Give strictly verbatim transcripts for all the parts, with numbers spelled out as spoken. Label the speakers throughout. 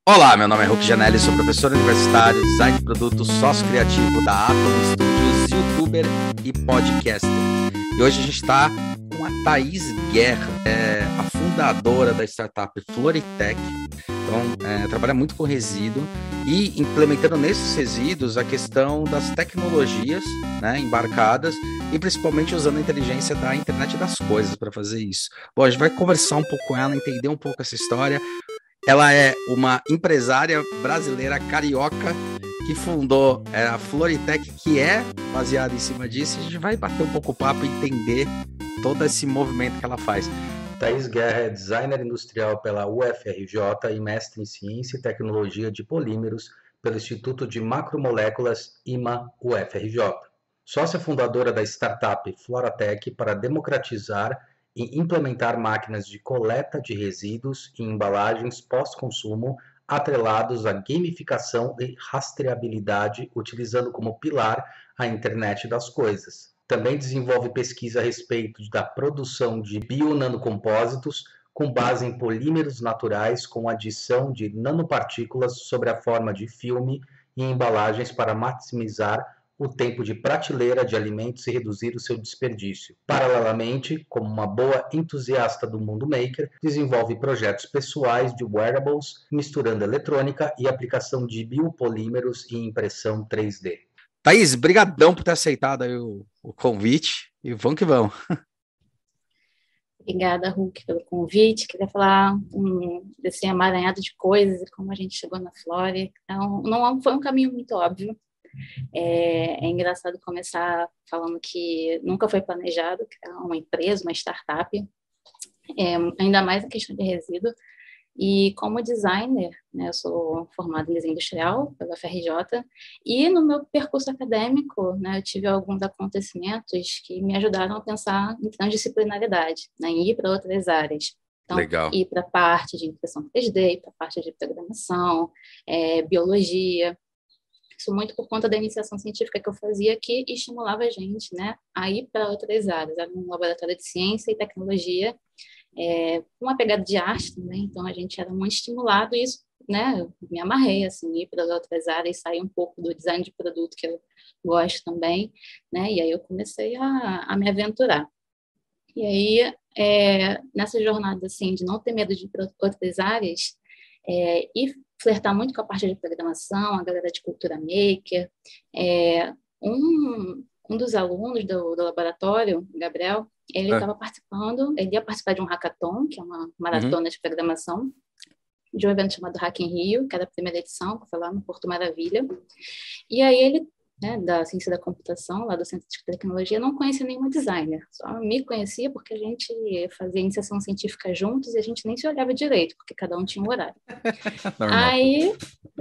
Speaker 1: Olá, meu nome é Hulk Janelli, sou professor universitário, design de produto, sócio criativo da Atom Studios, youtuber e podcaster. E hoje a gente está com a Thaís Guerra, é a fundadora da startup Floritech. Então, é, trabalha muito com resíduo e implementando nesses resíduos a questão das tecnologias, né, embarcadas e principalmente usando a inteligência da internet das coisas para fazer isso. Bom, a gente vai conversar um pouco com ela, entender um pouco essa história. Ela é uma empresária brasileira carioca que fundou é, a Floritech, que é baseada em cima disso. A gente vai bater um pouco o papo e entender todo esse movimento que ela faz. Thaís Guerra é designer industrial pela U F R J e mestre em Ciência e Tecnologia de Polímeros pelo Instituto de Macromoléculas I M A-U F R J. Sócia fundadora da startup Floratech para democratizar e implementar máquinas de coleta de resíduos e embalagens pós-consumo atrelados à gamificação e rastreabilidade, utilizando como pilar a internet das coisas. Também desenvolve pesquisa a respeito da produção de bionanocompósitos com base em polímeros naturais com adição de nanopartículas sobre a forma de filme e embalagens para maximizar o tempo de prateleira de alimentos e reduzir o seu desperdício. Paralelamente, como uma boa entusiasta do mundo maker, desenvolve projetos pessoais de wearables, misturando eletrônica e aplicação de biopolímeros e impressão três D. Thaís, brigadão por ter aceitado aí o, o convite e vamos que vamos.
Speaker 2: Obrigada, Hulk, pelo convite. Queria falar um, desse emaranhado de coisas e como a gente chegou na Flórida. Então, não foi um caminho muito óbvio. É, é engraçado começar falando que nunca foi planejado criar uma empresa, uma startup, é, ainda mais a questão de resíduo. E como designer, né, eu sou formada em desenho industrial pela U F R J, e no meu percurso acadêmico, né, eu tive alguns acontecimentos que me ajudaram a pensar em transdisciplinaridade, né, em ir para outras áreas. Então,
Speaker 1: Legal.
Speaker 2: Ir para a parte de impressão três D, para a parte de programação, é, biologia. Isso muito por conta da iniciação científica que eu fazia, que estimulava a gente, né, a ir para outras áreas. Era um laboratório de ciência e tecnologia, é, uma pegada de arte também, então a gente era muito estimulado e isso, né, eu me amarrei, assim, ir para as outras áreas, sair um pouco do design de produto, que eu gosto também, né, e aí eu comecei a, a me aventurar. E aí, é, nessa jornada, assim, de não ter medo de ir para outras áreas, é, e flertar muito com a parte de programação, a galera de cultura maker. É, um, um dos alunos do, do laboratório, o Gabriel, ele estava é. participando, ele ia participar de um hackathon, que é uma maratona uhum. de programação, de um evento chamado Hack in Rio, que era a primeira edição, que foi lá no Porto Maravilha. E aí ele, né, da ciência da computação, lá do Centro de Tecnologia, não conhecia nenhum designer, só me conhecia porque a gente fazia iniciação científica juntos e a gente nem se olhava direito, porque cada um tinha um horário. Aí...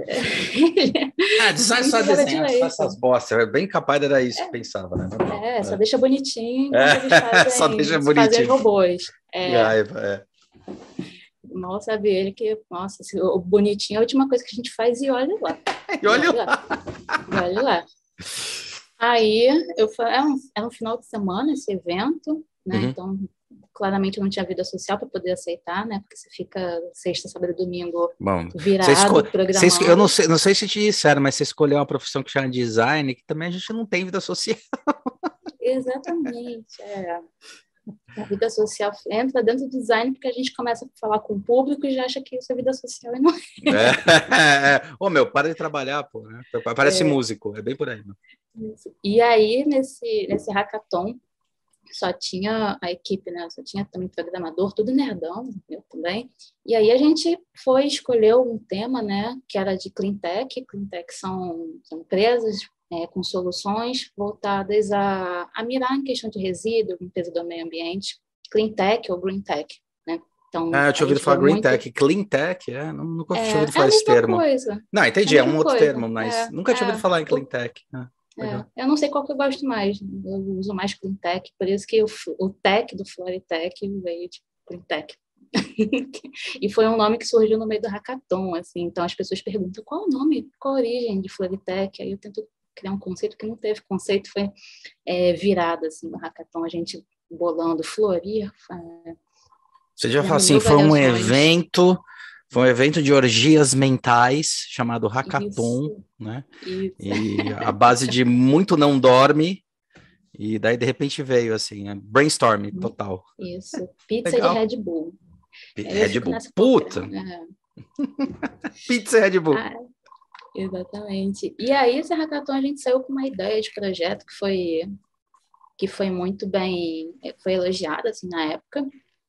Speaker 1: ah, design só desenhar, só essas bostas, é bem capaz era isso
Speaker 2: é,
Speaker 1: que pensava, né?
Speaker 2: É, é, só deixa bonitinho,
Speaker 1: é,
Speaker 2: eles fazem,
Speaker 1: só deixa bonitinho.
Speaker 2: fazem robôs. É.
Speaker 1: Raiva, é.
Speaker 2: Mal sabe ele que, nossa, o bonitinho é a última coisa que a gente faz e olha lá.
Speaker 1: E olha lá.
Speaker 2: lá. Olha lá. Aí, eu falei, era um, era um final de semana esse evento, né? Uhum. Então, claramente eu não tinha vida social para poder aceitar, né? Porque você fica sexta, sábado e domingo
Speaker 1: Bom,
Speaker 2: virado, esco... programando.
Speaker 1: Esco... Eu não sei, não sei se te disseram, mas você escolheu uma profissão que chama design, que também a gente não tem vida social.
Speaker 2: Exatamente, é. A vida social entra dentro do design porque a gente começa a falar com o público e já acha que isso é vida social e não é.
Speaker 1: é, é. Ô, meu, para de trabalhar, pô, né? Parece é. músico, é bem por aí. Né?
Speaker 2: E aí, nesse, nesse hackathon, só tinha a equipe, né? Só tinha também programador, tudo nerdão, eu também. E aí a gente foi escolher um tema, né? Que era de Clean Tech. Clean Tech são, são empresas é, com soluções voltadas a, a mirar em questão de resíduo, limpeza do meio ambiente. Clean Tech ou Green Tech, né? Então,
Speaker 1: ah, eu tinha ouvido falar Green muito... Tech, Clean Tech, é, não, nunca
Speaker 2: é,
Speaker 1: tinha ouvido falar
Speaker 2: é
Speaker 1: esse termo.
Speaker 2: Coisa.
Speaker 1: Não, entendi, é, é um outro
Speaker 2: coisa.
Speaker 1: termo, mas
Speaker 2: é,
Speaker 1: nunca tinha
Speaker 2: é,
Speaker 1: ouvido falar em Clean
Speaker 2: o...
Speaker 1: Tech. Né?
Speaker 2: É, eu não sei qual que eu gosto mais, eu uso mais Clean Tech, por isso que o, o Tech do Floritech veio de Clean Tech. E foi um nome que surgiu no meio do hackathon, assim, então as pessoas perguntam qual o nome, qual a origem de Floritech, aí eu tento criar um conceito que não teve, conceito foi é, virado, assim, no hackathon, a gente bolando florir. É,
Speaker 1: Você já fala assim, foi um evento Foi um evento de orgias mentais chamado Hackathon,
Speaker 2: Isso,
Speaker 1: né?
Speaker 2: isso.
Speaker 1: E a base de muito não dorme, e daí de repente veio assim, brainstorm total.
Speaker 2: Isso, pizza
Speaker 1: Legal.
Speaker 2: de Red Bull.
Speaker 1: P-
Speaker 2: Aí eu
Speaker 1: Red
Speaker 2: fico
Speaker 1: Bull,
Speaker 2: nessa
Speaker 1: puta!
Speaker 2: é.
Speaker 1: Pizza e Red Bull.
Speaker 2: Ah, exatamente. E aí, esse hackathon, a gente saiu com uma ideia de projeto que foi, que foi muito bem, foi elogiada, assim, na época.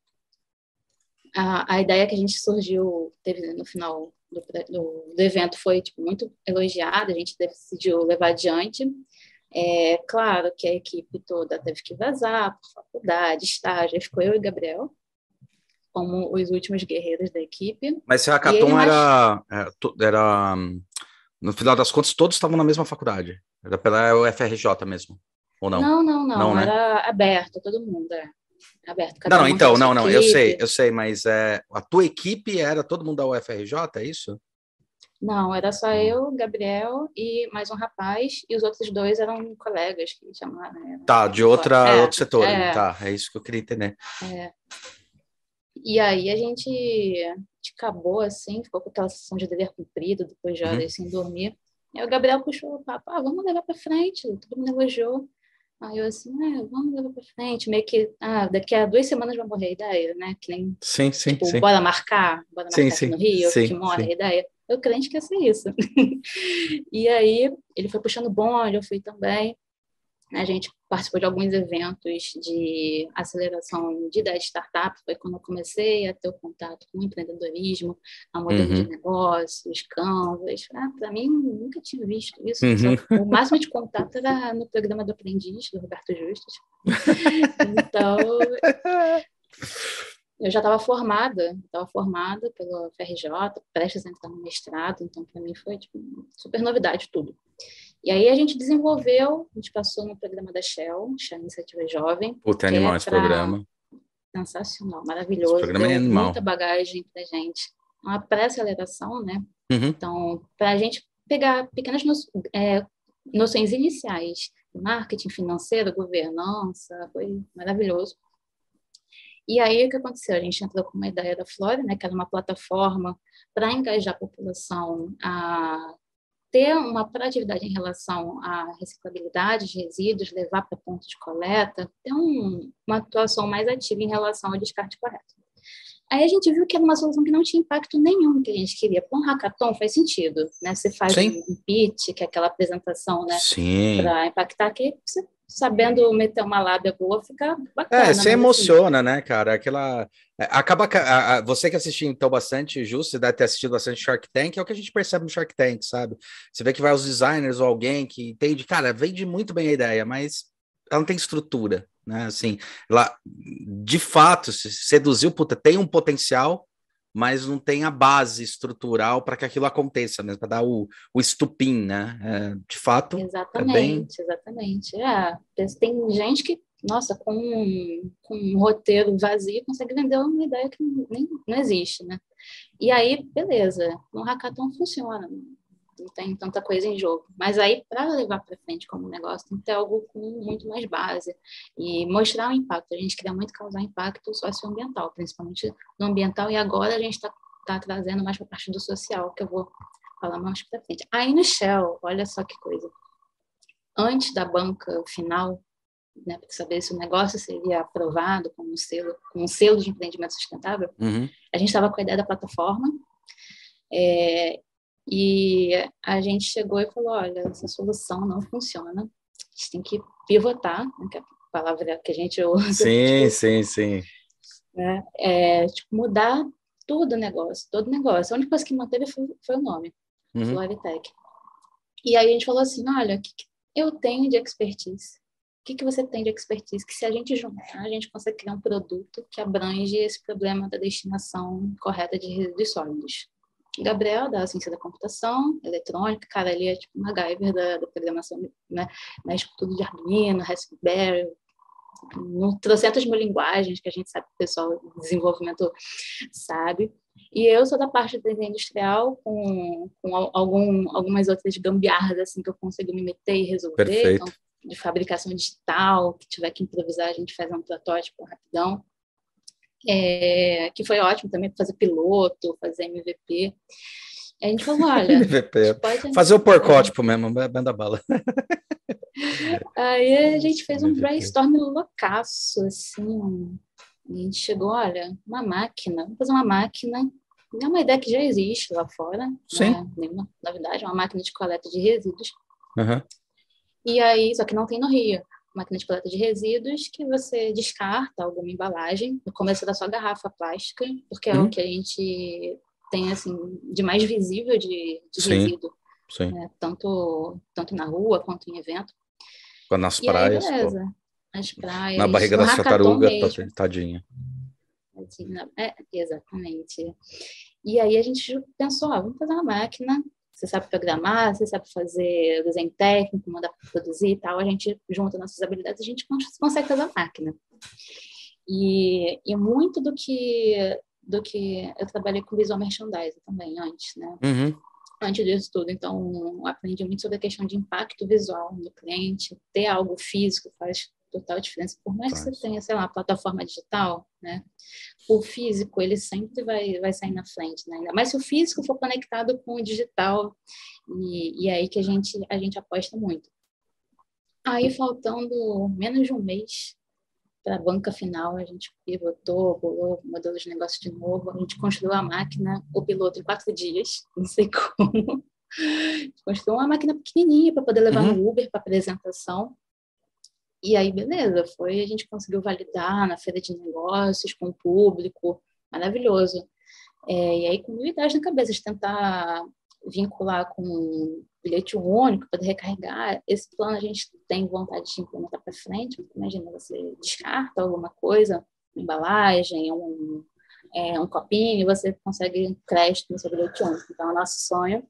Speaker 2: A, a ideia que a gente surgiu, teve no final do, do, do evento foi, tipo, muito elogiada, a gente decidiu levar adiante. É claro que a equipe toda teve que vazar por faculdade, estágio, aí ficou eu e Gabriel como os últimos guerreiros da equipe.
Speaker 1: Mas esse
Speaker 2: E ele
Speaker 1: hackathon
Speaker 2: mais...
Speaker 1: era, era, no final das contas, todos estavam na mesma faculdade. Era pela U F R J mesmo, ou não?
Speaker 2: Não, não, não,
Speaker 1: Não, né?
Speaker 2: era aberto, todo mundo, é. Aberto, cada
Speaker 1: Não, não,
Speaker 2: um
Speaker 1: então,
Speaker 2: montava sua
Speaker 1: não, não, eu sei,
Speaker 2: equipe.
Speaker 1: eu sei, mas é, a tua equipe era todo mundo da U F R J, é isso?
Speaker 2: Não, era só eu, Gabriel e mais um rapaz, e os outros dois eram colegas que chamaram, né?
Speaker 1: Tá, de
Speaker 2: Fora.
Speaker 1: outra,
Speaker 2: É,
Speaker 1: outro setor,
Speaker 2: é,
Speaker 1: tá, é isso que eu queria entender.
Speaker 2: é. E aí a gente, a gente acabou assim, ficou com aquela sessão de dever cumprido, depois de
Speaker 1: Uhum.
Speaker 2: horas sem dormir. E o Gabriel puxou o papo, ah, vamos levar para frente, todo mundo elogiou. Aí eu assim, ah, vamos levar para frente, meio que, ah, daqui a duas semanas vai morrer a ideia, né? Que nem,
Speaker 1: Sim, sim,
Speaker 2: tipo,
Speaker 1: sim.
Speaker 2: bora marcar, bora
Speaker 1: Sim,
Speaker 2: marcar aqui
Speaker 1: sim,
Speaker 2: no Rio,
Speaker 1: sim,
Speaker 2: que morre
Speaker 1: sim.
Speaker 2: a ideia. Eu crente que ia ser isso. E aí ele foi puxando bonde, eu fui também. A gente participou de alguns eventos de aceleração de ideias de startup, foi quando eu comecei a ter o contato com o empreendedorismo, a modelo de
Speaker 1: Uhum.
Speaker 2: negócios, Canvas. Ah, para mim, nunca tinha visto isso.
Speaker 1: Uhum.
Speaker 2: Só, o máximo de contato era no programa do Aprendiz, do Roberto Justus. Então, eu já estava formada, estava formada pelo F R J, prestes a entrar no mestrado, então para mim foi tipo, super novidade tudo. E aí a gente desenvolveu, a gente passou no programa da Shell, Shell Iniciativa Jovem.
Speaker 1: Puta, é
Speaker 2: que
Speaker 1: animal
Speaker 2: é
Speaker 1: esse
Speaker 2: pra...
Speaker 1: programa.
Speaker 2: Sensacional,
Speaker 1: Esse
Speaker 2: maravilhoso,
Speaker 1: programa é
Speaker 2: deu
Speaker 1: animal.
Speaker 2: muita bagagem pra gente. Uma pré-aceleração, né?
Speaker 1: Uhum.
Speaker 2: Então, para a gente pegar pequenas no... é, noções iniciais, marketing financeiro, governança, foi maravilhoso. E aí, o que aconteceu? A gente entrou com uma ideia da Flora, né, que era uma plataforma para engajar a população a ter uma proatividade em relação à reciclabilidade de resíduos, levar para ponto de coleta, ter um, uma atuação mais ativa em relação ao descarte correto. Aí a gente viu que era uma solução que não tinha impacto nenhum que a gente queria. Para um hackathon faz sentido, né? Você faz um, um pitch, que é aquela apresentação, né, para impactar, que você, sabendo meter uma lábia boa, fica bacana.
Speaker 1: É, você
Speaker 2: mas,
Speaker 1: emociona,
Speaker 2: assim,
Speaker 1: né, cara? Aquela. Acaba. A, a, você que assistiu, então, bastante, justo, você deve ter assistido bastante Shark Tank, é o que a gente percebe no Shark Tank, sabe? Você vê que vai os designers ou alguém que entende, cara, vende muito bem a ideia, mas ela não tem estrutura, né? Assim, ela, de fato, se seduziu, puta, tem um potencial, mas não tem a base estrutural para que aquilo aconteça mesmo, para dar o, o estupim, né? É, de fato,
Speaker 2: exatamente,
Speaker 1: é bem.
Speaker 2: Exatamente. É, tem gente que, nossa, com um, com um roteiro vazio, consegue vender uma ideia que nem, não existe, né? E aí, beleza, no hackathon funciona, não tem tanta coisa em jogo. Mas aí, para levar para frente como negócio, tem que ter algo com muito mais base e mostrar o impacto. A gente queria muito causar impacto socioambiental, principalmente no ambiental, e agora a gente está tá trazendo mais para a parte do social, que eu vou falar mais para frente. Aí no Shell, olha só que coisa. Antes da banca final, né, para saber se o negócio seria aprovado com um selo, com um selo de empreendimento sustentável,
Speaker 1: Uhum.
Speaker 2: a gente estava com a ideia da plataforma, é, e a gente chegou e falou, olha, essa solução não funciona, a gente tem que pivotar, né, que é a palavra que a gente usa.
Speaker 1: Sim,
Speaker 2: tipo,
Speaker 1: sim, sim.
Speaker 2: Né, é, tipo, mudar todo o negócio, todo o negócio. A única coisa que manteve foi, foi o nome,
Speaker 1: Uhum.
Speaker 2: Floritech. E aí a gente falou assim, olha, o que eu tenho de expertise? O que, que você tem de expertise? Que se a gente juntar, a gente consegue criar um produto que abrange esse problema da destinação correta de resíduos sólidos. Gabriel, da ciência da computação, eletrônica, cara, ele é tipo uma MacGyver da, da programação, né? Mexe com tudo de Arduino, Raspberry, não trocentas mil linguagens que a gente sabe que o pessoal de desenvolvimento sabe. E eu sou da parte de desenho industrial, com, com algum, algumas outras gambiarras assim, que eu consigo me meter e resolver.
Speaker 1: Perfeito.
Speaker 2: Então, de fabricação digital, que tiver que improvisar, a gente faz um protótipo rapidão. é, que foi ótimo também para fazer piloto, fazer M V P. A gente falou, olha,
Speaker 1: M V P.
Speaker 2: pode...
Speaker 1: Fazer o porcótipo é. mesmo, banda bala.
Speaker 2: Aí a gente fez um brainstorm loucaço, assim, a gente chegou, olha, uma máquina, vamos fazer uma máquina, é uma ideia que já existe lá fora,
Speaker 1: Sim.
Speaker 2: Não é nenhuma novidade, é uma máquina de coleta de resíduos.
Speaker 1: Uhum.
Speaker 2: E aí, só que não tem no Rio, máquina de coleta de resíduos que você descarta alguma embalagem no começo da sua garrafa plástica, porque é uhum. o que a gente tem, assim, de mais visível de, de
Speaker 1: sim,
Speaker 2: resíduo,
Speaker 1: sim.
Speaker 2: Né? Tanto, tanto na rua quanto em evento.
Speaker 1: Nas e praias.
Speaker 2: Aí, beleza. Nas praias.
Speaker 1: Na barriga da tartaruga, tadinha.
Speaker 2: Assim, é, exatamente. E aí a gente pensou, ó, vamos fazer uma máquina, você sabe programar, você sabe fazer desenho técnico, mandar produzir e tal, a gente junta nossas habilidades, a gente consegue fazer a máquina. E, e muito do que, do que eu trabalhei com visual merchandising também antes, né?
Speaker 1: Uhum.
Speaker 2: Antes disso tudo, então aprendi muito sobre a questão de impacto visual no cliente, ter algo físico faz total diferença, por mais faz. que você tenha, sei lá, uma plataforma digital, né, o físico, ele sempre vai, vai sair na frente, né, ainda mais se o físico for conectado com o digital, e, e é aí que a gente, a gente aposta muito. Aí, faltando menos de um mês para a banca final, a gente pivotou, bolou o modelo de negócio de novo, a gente construiu a máquina, o piloto em quatro dias, não sei como. A gente construiu uma máquina pequenininha para poder levar uhum. no Uber para apresentação. E aí, beleza, foi, a gente conseguiu validar na feira de negócios, com o público, maravilhoso. É, e aí, com mil ideias na cabeça, de tentar vincular com bilhete único, poder recarregar. Esse plano a gente tem vontade de implementar para frente. Imagina, você descarta alguma coisa, uma embalagem, um, é, um copinho, e você consegue crédito no seu bilhete único. Então, o nosso sonho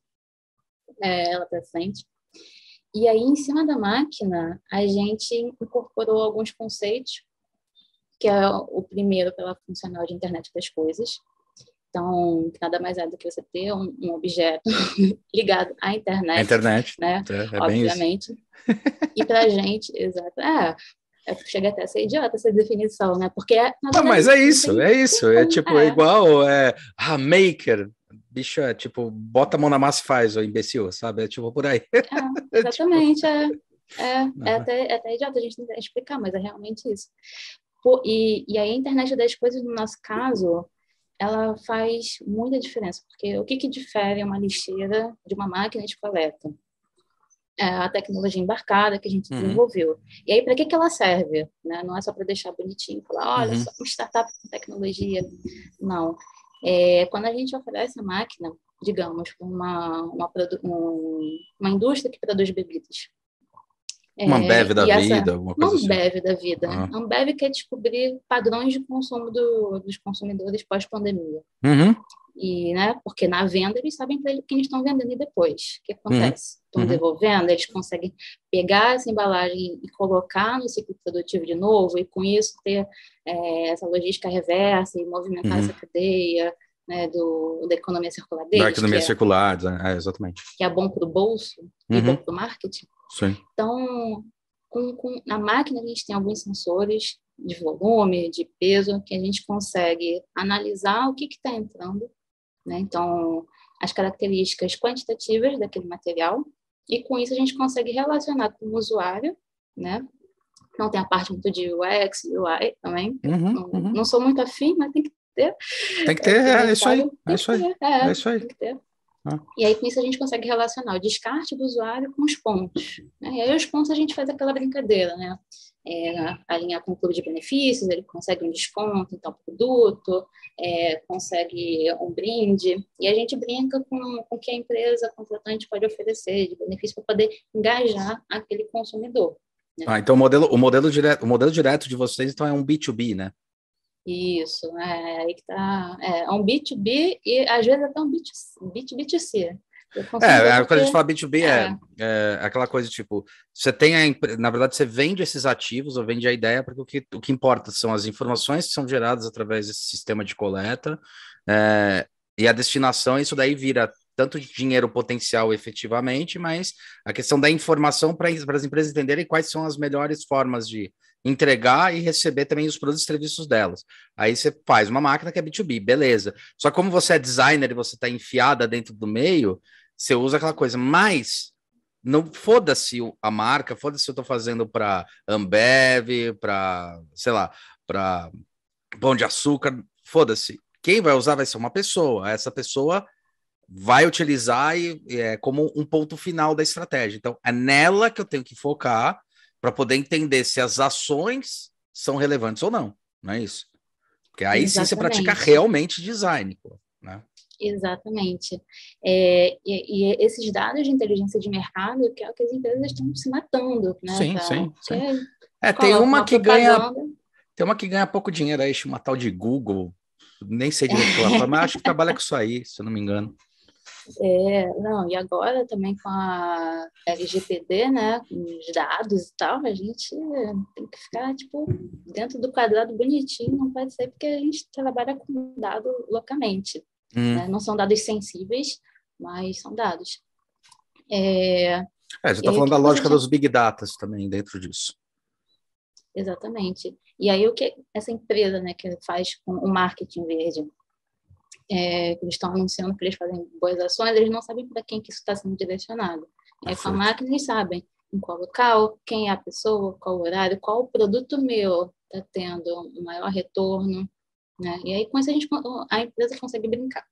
Speaker 2: é ela para frente. E aí, em cima da máquina, a gente incorporou alguns conceitos, que é o primeiro pela funcional de internet das coisas. Então, nada mais é do que você ter um, um objeto ligado à internet.
Speaker 1: A internet,
Speaker 2: né?
Speaker 1: É, é
Speaker 2: Obviamente.
Speaker 1: Bem isso.
Speaker 2: E pra gente, exato. É, é, chega até a ser idiota essa definição, né? Porque é.
Speaker 1: Não, mas é isso, tem, é isso. É tipo, é, é igual é, a maker. Bicho, é tipo, bota a mão na massa e faz, ô imbecil, sabe? É tipo por aí.
Speaker 2: É, exatamente, é. É, uhum. é, até, é até idiota a gente tentar explicar, mas é realmente isso. Pô, e, e aí a internet das coisas, no nosso caso, ela faz muita diferença, porque o que, que difere uma lixeira de uma máquina de coleta? É a tecnologia embarcada que a gente uhum. desenvolveu. E aí, para que, que ela serve? Né? Não é só para deixar bonitinho, falar, olha, uhum. só uma startup com tecnologia. Não. É, quando a gente oferece a máquina, digamos, para uma, uma, um, uma indústria que produz bebidas.
Speaker 1: Uma Ambev
Speaker 2: é,
Speaker 1: da
Speaker 2: essa,
Speaker 1: vida, alguma coisa
Speaker 2: uma Ambev
Speaker 1: assim.
Speaker 2: da vida.
Speaker 1: Ah.
Speaker 2: A Ambev quer descobrir padrões de consumo do, dos consumidores pós-pandemia.
Speaker 1: Uhum.
Speaker 2: E, né, porque na venda eles sabem para que eles estão vendendo e depois. O que acontece?
Speaker 1: Uhum.
Speaker 2: Estão
Speaker 1: uhum.
Speaker 2: devolvendo, eles conseguem pegar essa embalagem e colocar no ciclo produtivo de novo, e com isso ter é, essa logística reversa e movimentar uhum. essa cadeia, né, do, da economia circular deles.
Speaker 1: Da economia
Speaker 2: que
Speaker 1: circular, é, é, exatamente.
Speaker 2: Que é bom para o bolso
Speaker 1: uhum.
Speaker 2: e bom para o marketing.
Speaker 1: Sim.
Speaker 2: Então, com, com, na máquina a gente tem alguns sensores de volume, de peso, que a gente consegue analisar o que está entrando, né? Então, as características quantitativas daquele material, e com isso a gente consegue relacionar com o usuário, né? Não tem a parte muito de U X, U I também,
Speaker 1: uhum,
Speaker 2: não,
Speaker 1: uhum.
Speaker 2: não sou muito afim, mas tem que ter.
Speaker 1: Tem que ter, é, é isso aí, é isso aí,
Speaker 2: é,
Speaker 1: é isso aí.
Speaker 2: Tem que ter. Ah. E aí, com isso, a gente consegue relacionar o descarte do usuário com os pontos. Né? E aí, os pontos, a gente faz aquela brincadeira, né? É, alinhar com o clube de benefícios, ele consegue um desconto em tal produto, é, consegue um brinde, e a gente brinca com o que a empresa contratante pode oferecer de benefício para poder engajar aquele consumidor. Né?
Speaker 1: Ah, então o modelo, o, modelo direto, o modelo direto de vocês então é um B dois B, né?
Speaker 2: Isso, é aí que tá. É, é um B dois B e às vezes até um B dois B C.
Speaker 1: É, porque... quando a gente fala B dois B é, é, é aquela coisa tipo, você tem a, na verdade você vende esses ativos ou vende a ideia, porque o que, o que importa são as informações que são geradas através desse sistema de coleta é, e a destinação, isso daí vira tanto de dinheiro potencial efetivamente, mas a questão da informação para as empresas entenderem quais são as melhores formas de entregar e receber também os produtos e serviços delas. Aí você faz uma máquina que é B dois B, beleza. Só que como você é designer e você está enfiada dentro do meio, você usa aquela coisa, mas não foda-se a marca, foda-se se eu estou fazendo para Ambev, para, sei lá, para Pão de Açúcar, foda-se. Quem vai usar vai ser uma pessoa. Essa pessoa vai utilizar e, é, como um ponto final da estratégia. Então, é nela que eu tenho que focar para poder entender se as ações são relevantes ou não, não é isso? Porque aí sim você pratica
Speaker 2: Exatamente.
Speaker 1: realmente design, pô, né?
Speaker 2: Exatamente. É, e, e esses dados de inteligência de mercado, que é o que as empresas estão se matando, né?
Speaker 1: Sim,
Speaker 2: Pra,
Speaker 1: sim, sim.
Speaker 2: porque
Speaker 1: É, tem
Speaker 2: coloca
Speaker 1: uma
Speaker 2: uma
Speaker 1: que ganha,
Speaker 2: propaganda.
Speaker 1: tem uma que ganha pouco dinheiro aí, chama tal de Google, nem sei direito o que ela faz, mas acho que trabalha com isso aí, se eu não me engano.
Speaker 2: É, não, e agora também com a L G P D, né, com os dados e tal, a gente tem que ficar, tipo, dentro do quadrado bonitinho, não pode ser porque a gente trabalha com dado loucamente,
Speaker 1: Hum.
Speaker 2: né? Não são dados sensíveis, mas são dados. É,
Speaker 1: É, você
Speaker 2: e
Speaker 1: está
Speaker 2: aí o
Speaker 1: falando
Speaker 2: que
Speaker 1: da
Speaker 2: que você
Speaker 1: lógica
Speaker 2: tinha...
Speaker 1: dos big datas também dentro disso.
Speaker 2: Exatamente. E aí o que essa empresa, né, que faz com o marketing verde, é, que eles estão anunciando que eles fazem boas ações, eles não sabem para quem que isso está sendo direcionado. É, com a
Speaker 1: Perfeito.
Speaker 2: máquina eles sabem em qual local, quem é a pessoa, qual o horário, qual o produto meu está tendo um maior retorno, né? E aí com isso a, gente, a empresa consegue brincar.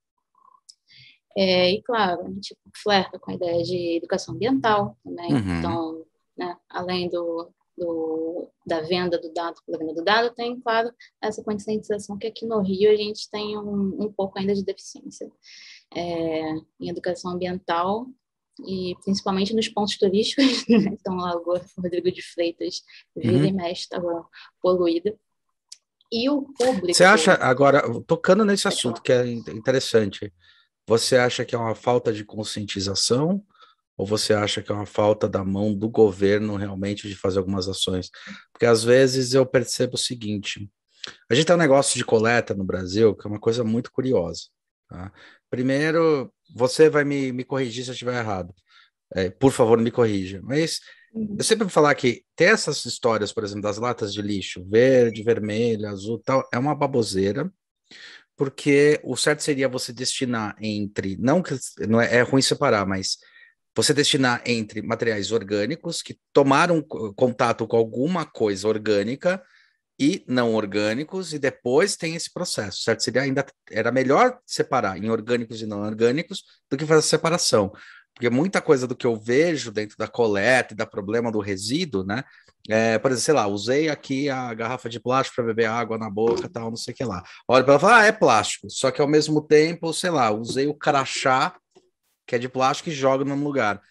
Speaker 2: É, e claro, a gente flerta com a ideia de educação ambiental também.
Speaker 1: Uhum.
Speaker 2: Então, né, além do, do, da venda do dado, da venda do dado, tem, claro, essa conscientização que aqui no Rio a gente tem um, um pouco ainda de deficiência é, em educação ambiental e principalmente nos pontos turísticos. Né? Então, lá o Rodrigo de Freitas vira e
Speaker 1: Uhum.
Speaker 2: mexe estava poluída. E o público...
Speaker 1: Você acha, agora, tocando nesse
Speaker 2: Pode
Speaker 1: assunto
Speaker 2: falar.
Speaker 1: que é interessante, você acha que é uma falta de conscientização ou você acha que é uma falta da mão do governo realmente de fazer algumas ações? Porque às vezes eu percebo o seguinte, a gente tem um negócio de coleta no Brasil que é uma coisa muito curiosa, tá? Primeiro, você vai me, me corrigir se eu estiver errado. É, por favor, me corrija. Mas eu
Speaker 2: Uhum.
Speaker 1: sempre vou falar que ter essas histórias, por exemplo, das latas de lixo, verde, vermelho, azul, tal, é uma baboseira, porque o certo seria você destinar entre, não que não é, é ruim separar, mas você destinar entre materiais orgânicos que tomaram contato com alguma coisa orgânica e não orgânicos, e depois tem esse processo, certo? Seria ainda, era melhor separar em orgânicos e não orgânicos do que fazer a separação, porque muita coisa do que eu vejo dentro da coleta e da problema do resíduo, né? É, por exemplo, sei lá, usei aqui a garrafa de plástico para beber água na boca, tal, não sei o que lá. Olha para ela e fala, ah, é plástico, só que ao mesmo tempo, sei lá, usei o crachá, que é de plástico, e jogo no mesmo lugar.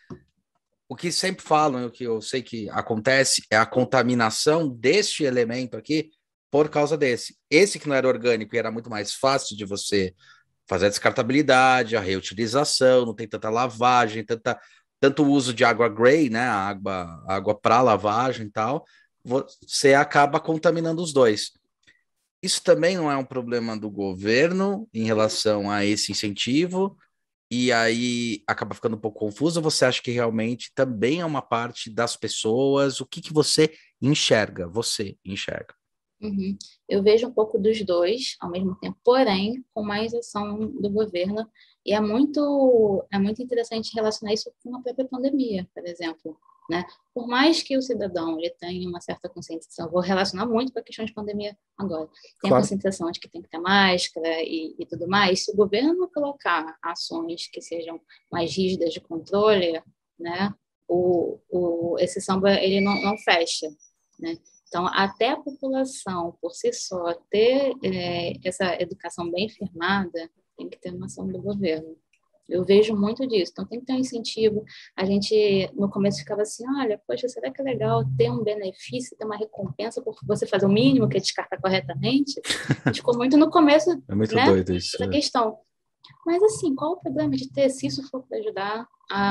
Speaker 1: O que sempre falam, o que eu sei que acontece, é a contaminação deste elemento aqui por causa desse. Esse que não era orgânico e era muito mais fácil de você fazer a descartabilidade, a reutilização, não tem tanta lavagem, tanta, tanto uso de água gray, né, a água, água para lavagem e tal, você acaba contaminando os dois. Isso também não é um problema do governo em relação a esse incentivo, e aí acaba ficando um pouco confuso, você acha que realmente também é uma parte das pessoas? O que que você enxerga? Você enxerga?
Speaker 2: Uhum. Eu vejo um pouco dos dois ao mesmo tempo, porém com mais ação do governo, e é muito é muito interessante relacionar isso com a própria pandemia, por exemplo, né? Por mais que o cidadão ele tenha uma certa conscientização, vou relacionar muito com a questão de pandemia agora, tem a
Speaker 1: Claro.
Speaker 2: conscientização de que tem que ter máscara e, e tudo mais, se o governo não colocar ações que sejam mais rígidas de controle, né? O, o, esse samba ele não, não fecha, né? Então, até a população, por si só, ter é, essa educação bem firmada, tem que ter uma ação do governo. Eu vejo muito disso. Então, tem que ter um incentivo. A gente, no começo, ficava assim, olha, poxa, será que é legal ter um benefício, ter uma recompensa por você fazer o mínimo, que é descartar corretamente? A gente ficou muito no começo,
Speaker 1: É muito
Speaker 2: né,
Speaker 1: doido isso.
Speaker 2: essa questão. Mas, assim, qual o problema de ter, se isso for para ajudar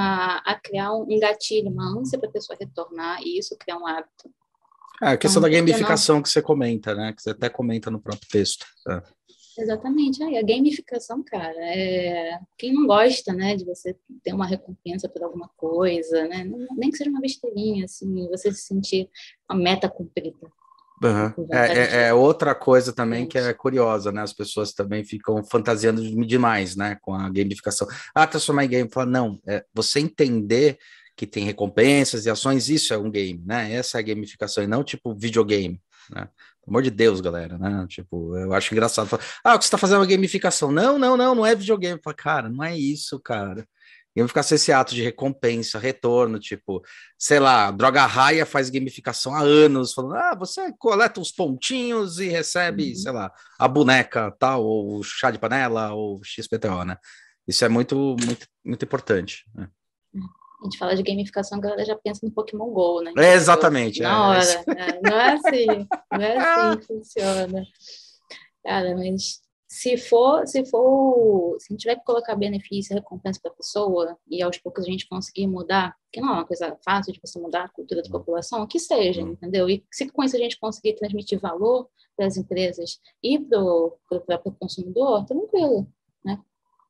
Speaker 2: a, a criar um gatilho, uma ânsia para a pessoa retornar e isso criar um hábito?
Speaker 1: É a questão
Speaker 2: Então,
Speaker 1: da
Speaker 2: por que não?
Speaker 1: gamificação que você comenta, né? Que você até comenta no próprio texto. É.
Speaker 2: Exatamente. Aí, a gamificação, cara, é... quem não gosta, né, de você ter uma recompensa por alguma coisa, né? Nem que seja uma besteirinha, assim, você se sentir uma meta cumprida.
Speaker 1: Uhum. É, é, é outra coisa também que é curiosa, né? As pessoas também ficam fantasiando demais, né? Com a gamificação. Ah, transformar em game. Fala, não, é, você entender que tem recompensas e ações, isso é um game, né? Essa é a gamificação, e não tipo videogame, né? Pelo amor de Deus, galera, né? Tipo, eu acho engraçado. Fala, ah, o que você tá fazendo é uma gamificação. Não, não, não, não é videogame. Fala, cara, não é isso, cara. Gamificação é esse ato de recompensa, retorno, tipo, sei lá, Droga Raia faz gamificação há anos, falando, ah, você coleta uns pontinhos e recebe, uhum. sei lá, a boneca tal, ou o chá de panela, ou X P T O, né? Isso é muito, muito, muito importante, né?
Speaker 2: A gente fala de gamificação, a galera já pensa no Pokémon GO, né?
Speaker 1: É, exatamente.
Speaker 2: Na
Speaker 1: é,
Speaker 2: hora.
Speaker 1: É
Speaker 2: é, não é assim, não é assim que funciona. Cara, mas se for, se for, se a gente tiver que colocar benefício e recompensa para a pessoa, e aos poucos a gente conseguir mudar, que não é uma coisa fácil de você mudar a cultura da população, que seja, hum. entendeu? E se com isso a gente conseguir transmitir valor para as empresas e para o próprio consumidor, tranquilo, né?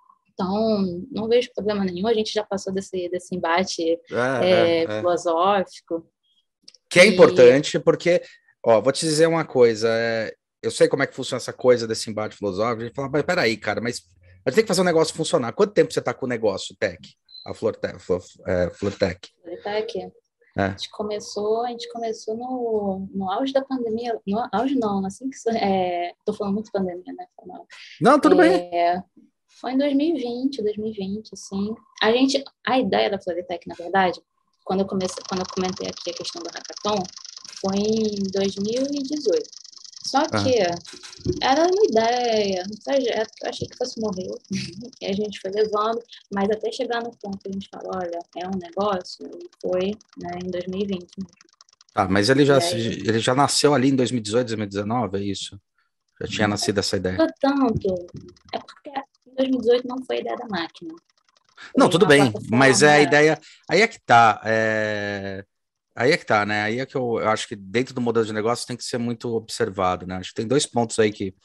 Speaker 2: Então, não vejo problema nenhum, a gente já passou desse, desse embate é, é, é, filosófico.
Speaker 1: Que é e... importante, porque, ó, vou te dizer uma coisa, é, eu sei como é que funciona essa coisa desse embate filosófico, a gente fala, mas peraí, cara, mas a gente tem que fazer o negócio funcionar. Quanto tempo você tá com o negócio, Tech? A Flortech? Flor, é, Flortech.
Speaker 2: Flortech? É. A gente começou, a gente começou no, no auge da pandemia, no auge não, assim que, é, tô falando muito pandemia, né?
Speaker 1: Não, tudo
Speaker 2: é,
Speaker 1: bem.
Speaker 2: Foi em dois mil e vinte, dois mil e vinte, assim. A gente, a ideia da Flortech, na verdade, quando eu comecei, quando eu comentei aqui a questão do hackathon, foi em dois mil e dezoito. Só que ah. era uma ideia, um projeto que eu achei que fosse morrer. E a gente foi levando, mas até chegar no ponto que a gente falou, olha, é um negócio, e foi, né, em dois mil e vinte.
Speaker 1: Ah, mas ele já, ele já nasceu ali em dois mil e dezoito, dois mil e dezenove, é isso? Já tinha nascido essa ideia.
Speaker 2: Tanto, é porque em dois mil e dezoito não foi a ideia da máquina.
Speaker 1: Não, tudo bem, mas é a ideia. Aí é que tá. É... Aí é que tá, né? Aí é que eu, eu acho que dentro do modelo de negócio tem que ser muito observado, né? Acho que tem dois pontos aí que,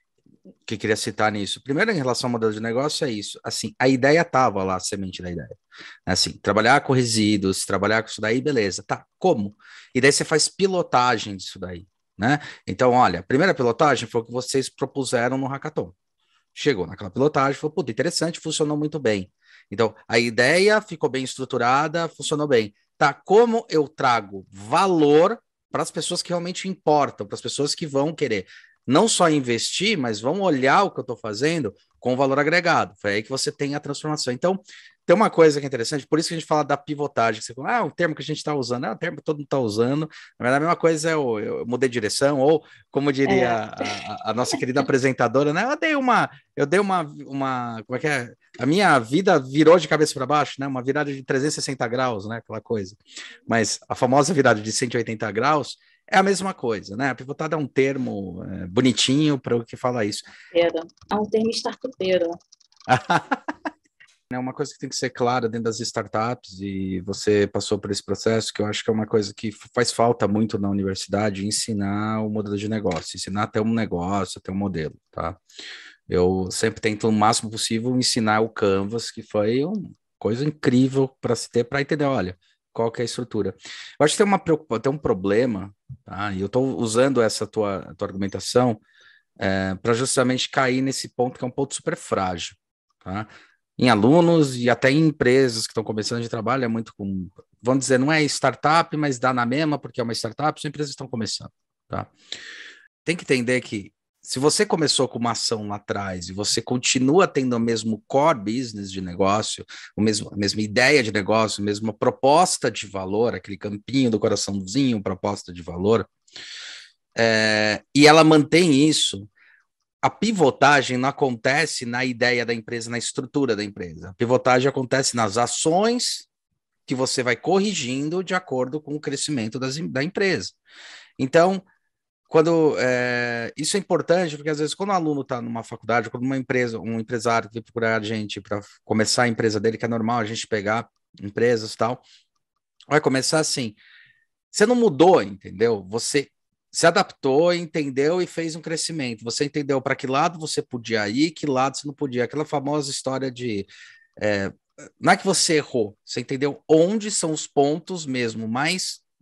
Speaker 1: que eu queria citar nisso. Primeiro, em relação ao modelo de negócio, é isso. Assim, a ideia tava lá, a semente da ideia. Assim, trabalhar com resíduos, trabalhar com isso daí, beleza. Tá, como? E daí você faz pilotagem disso daí, né? Então, olha, a primeira pilotagem foi o que vocês propuseram no hackathon. Chegou naquela pilotagem, falou, puta, interessante, funcionou muito bem. Então, a ideia ficou bem estruturada, funcionou bem. Tá, como eu trago valor para as pessoas que realmente importam, para as pessoas que vão querer não só investir, mas vão olhar o que eu estou fazendo com valor agregado. Foi aí que você tem a transformação. Então, tem uma coisa que é interessante, por isso que a gente fala da pivotagem. Você fala, ah, o termo que a gente está usando, é o termo que todo mundo está usando. Na verdade, a mesma coisa é eu, eu mudei de direção, ou como diria é. a, a, a nossa querida apresentadora, né? Eu dei uma, eu dei uma, uma, como é que é? A minha vida virou de cabeça para baixo, né? Uma virada de trezentos e sessenta graus, né? Aquela coisa. Mas a famosa virada de cento e oitenta graus é a mesma coisa, né? A pivotada é um termo é, bonitinho para o que fala isso.
Speaker 2: É um termo startupeiro.
Speaker 1: É uma coisa que tem que ser clara dentro das startups, e você passou por esse processo, que eu acho que é uma coisa que faz falta muito na universidade, ensinar o modelo de negócio, ensinar até um negócio, até um modelo, tá? Eu sempre tento, o máximo possível, ensinar o Canvas, que foi uma coisa incrível para se ter, para entender, olha, qual que é a estrutura. Eu acho que tem, uma, tem um problema, tá? E eu estou usando essa tua, tua argumentação é, para justamente cair nesse ponto que é um ponto super frágil, tá? Em alunos e até em empresas que estão começando de trabalho, é muito comum. Vamos dizer, não é startup, mas dá na mesma, porque é uma startup, são empresas que estão começando, tá? Tem que entender que se você começou com uma ação lá atrás e você continua tendo o mesmo core business de negócio, o mesmo, a mesma ideia de negócio, a mesma proposta de valor, aquele campinho do coraçãozinho, proposta de valor, é, e ela mantém isso, a pivotagem não acontece na ideia da empresa, na estrutura da empresa. A pivotagem acontece nas ações que você vai corrigindo de acordo com o crescimento das, da empresa. Então, quando é, isso é importante, porque às vezes quando o aluno está numa faculdade, quando uma empresa, um empresário vem procurar a gente para começar a empresa dele, que é normal a gente pegar empresas e tal, vai começar assim, você não mudou, entendeu? Você se adaptou, entendeu e fez um crescimento. Você entendeu para que lado você podia ir, que lado você não podia. Aquela famosa história de... É, não é que você errou, você entendeu onde são os pontos mesmo mais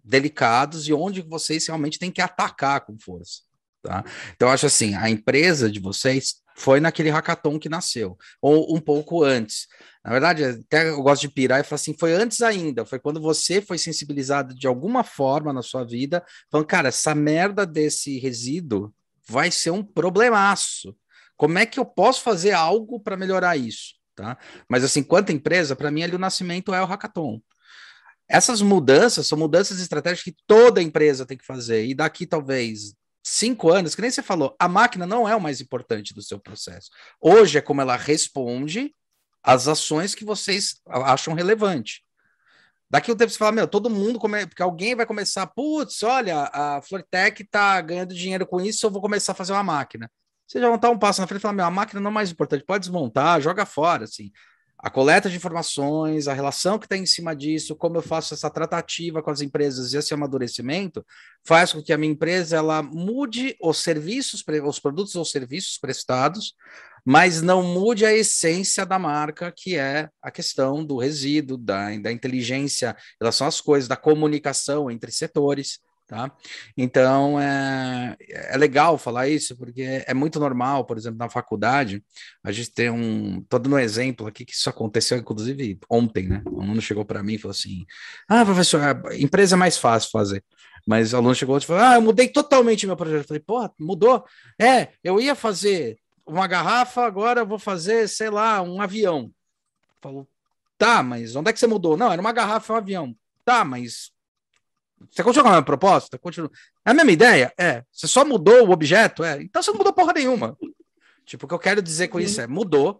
Speaker 1: delicados e onde vocês realmente têm que atacar com força, tá? Então, eu acho assim, a empresa de vocês foi naquele hackathon que nasceu, ou um pouco antes. Na verdade, até eu gosto de pirar e falar assim, foi antes ainda, foi quando você foi sensibilizado de alguma forma na sua vida, falando, cara, essa merda desse resíduo vai ser um problemaço. Como é que eu posso fazer algo para melhorar isso? Tá? Mas assim, quanto empresa, para mim ali o nascimento é o hackathon. Essas mudanças são mudanças estratégicas que toda empresa tem que fazer, e daqui talvez cinco anos, que nem você falou, a máquina não é o mais importante do seu processo. Hoje é como ela responde às ações que vocês acham relevante. Daqui um tempo você fala, meu, todo mundo, come... porque alguém vai começar, putz, olha, a Floritec tá ganhando dinheiro com isso, eu vou começar a fazer uma máquina. Você já vão estar um passo na frente e falar, meu, a máquina não é mais importante, pode desmontar, joga fora, assim. A coleta de informações, a relação que está em cima disso, como eu faço essa tratativa com as empresas e esse amadurecimento, faz com que a minha empresa ela mude os serviços, os produtos ou serviços prestados, mas não mude a essência da marca, que é a questão do resíduo, da, da inteligência em relação às coisas, da comunicação entre setores. Tá? Então, é, é legal falar isso, porque é muito normal, por exemplo, na faculdade, a gente tem um... Estou dando um exemplo aqui que isso aconteceu, inclusive, ontem, né? Um aluno chegou para mim e falou assim, ah, professor, a empresa é mais fácil fazer. Mas o aluno chegou e falou, ah, eu mudei totalmente meu projeto. Eu falei, pô, mudou? É, eu ia fazer uma garrafa, agora eu vou fazer, sei lá, um avião. Falou, tá, mas onde é que você mudou? Não, era uma garrafa e um avião. Tá, mas... Você continua com a mesma proposta? Continua. É a mesma ideia? É. Você só mudou o objeto? É. Então você não mudou porra nenhuma. Tipo, o que eu quero dizer com isso é, mudou,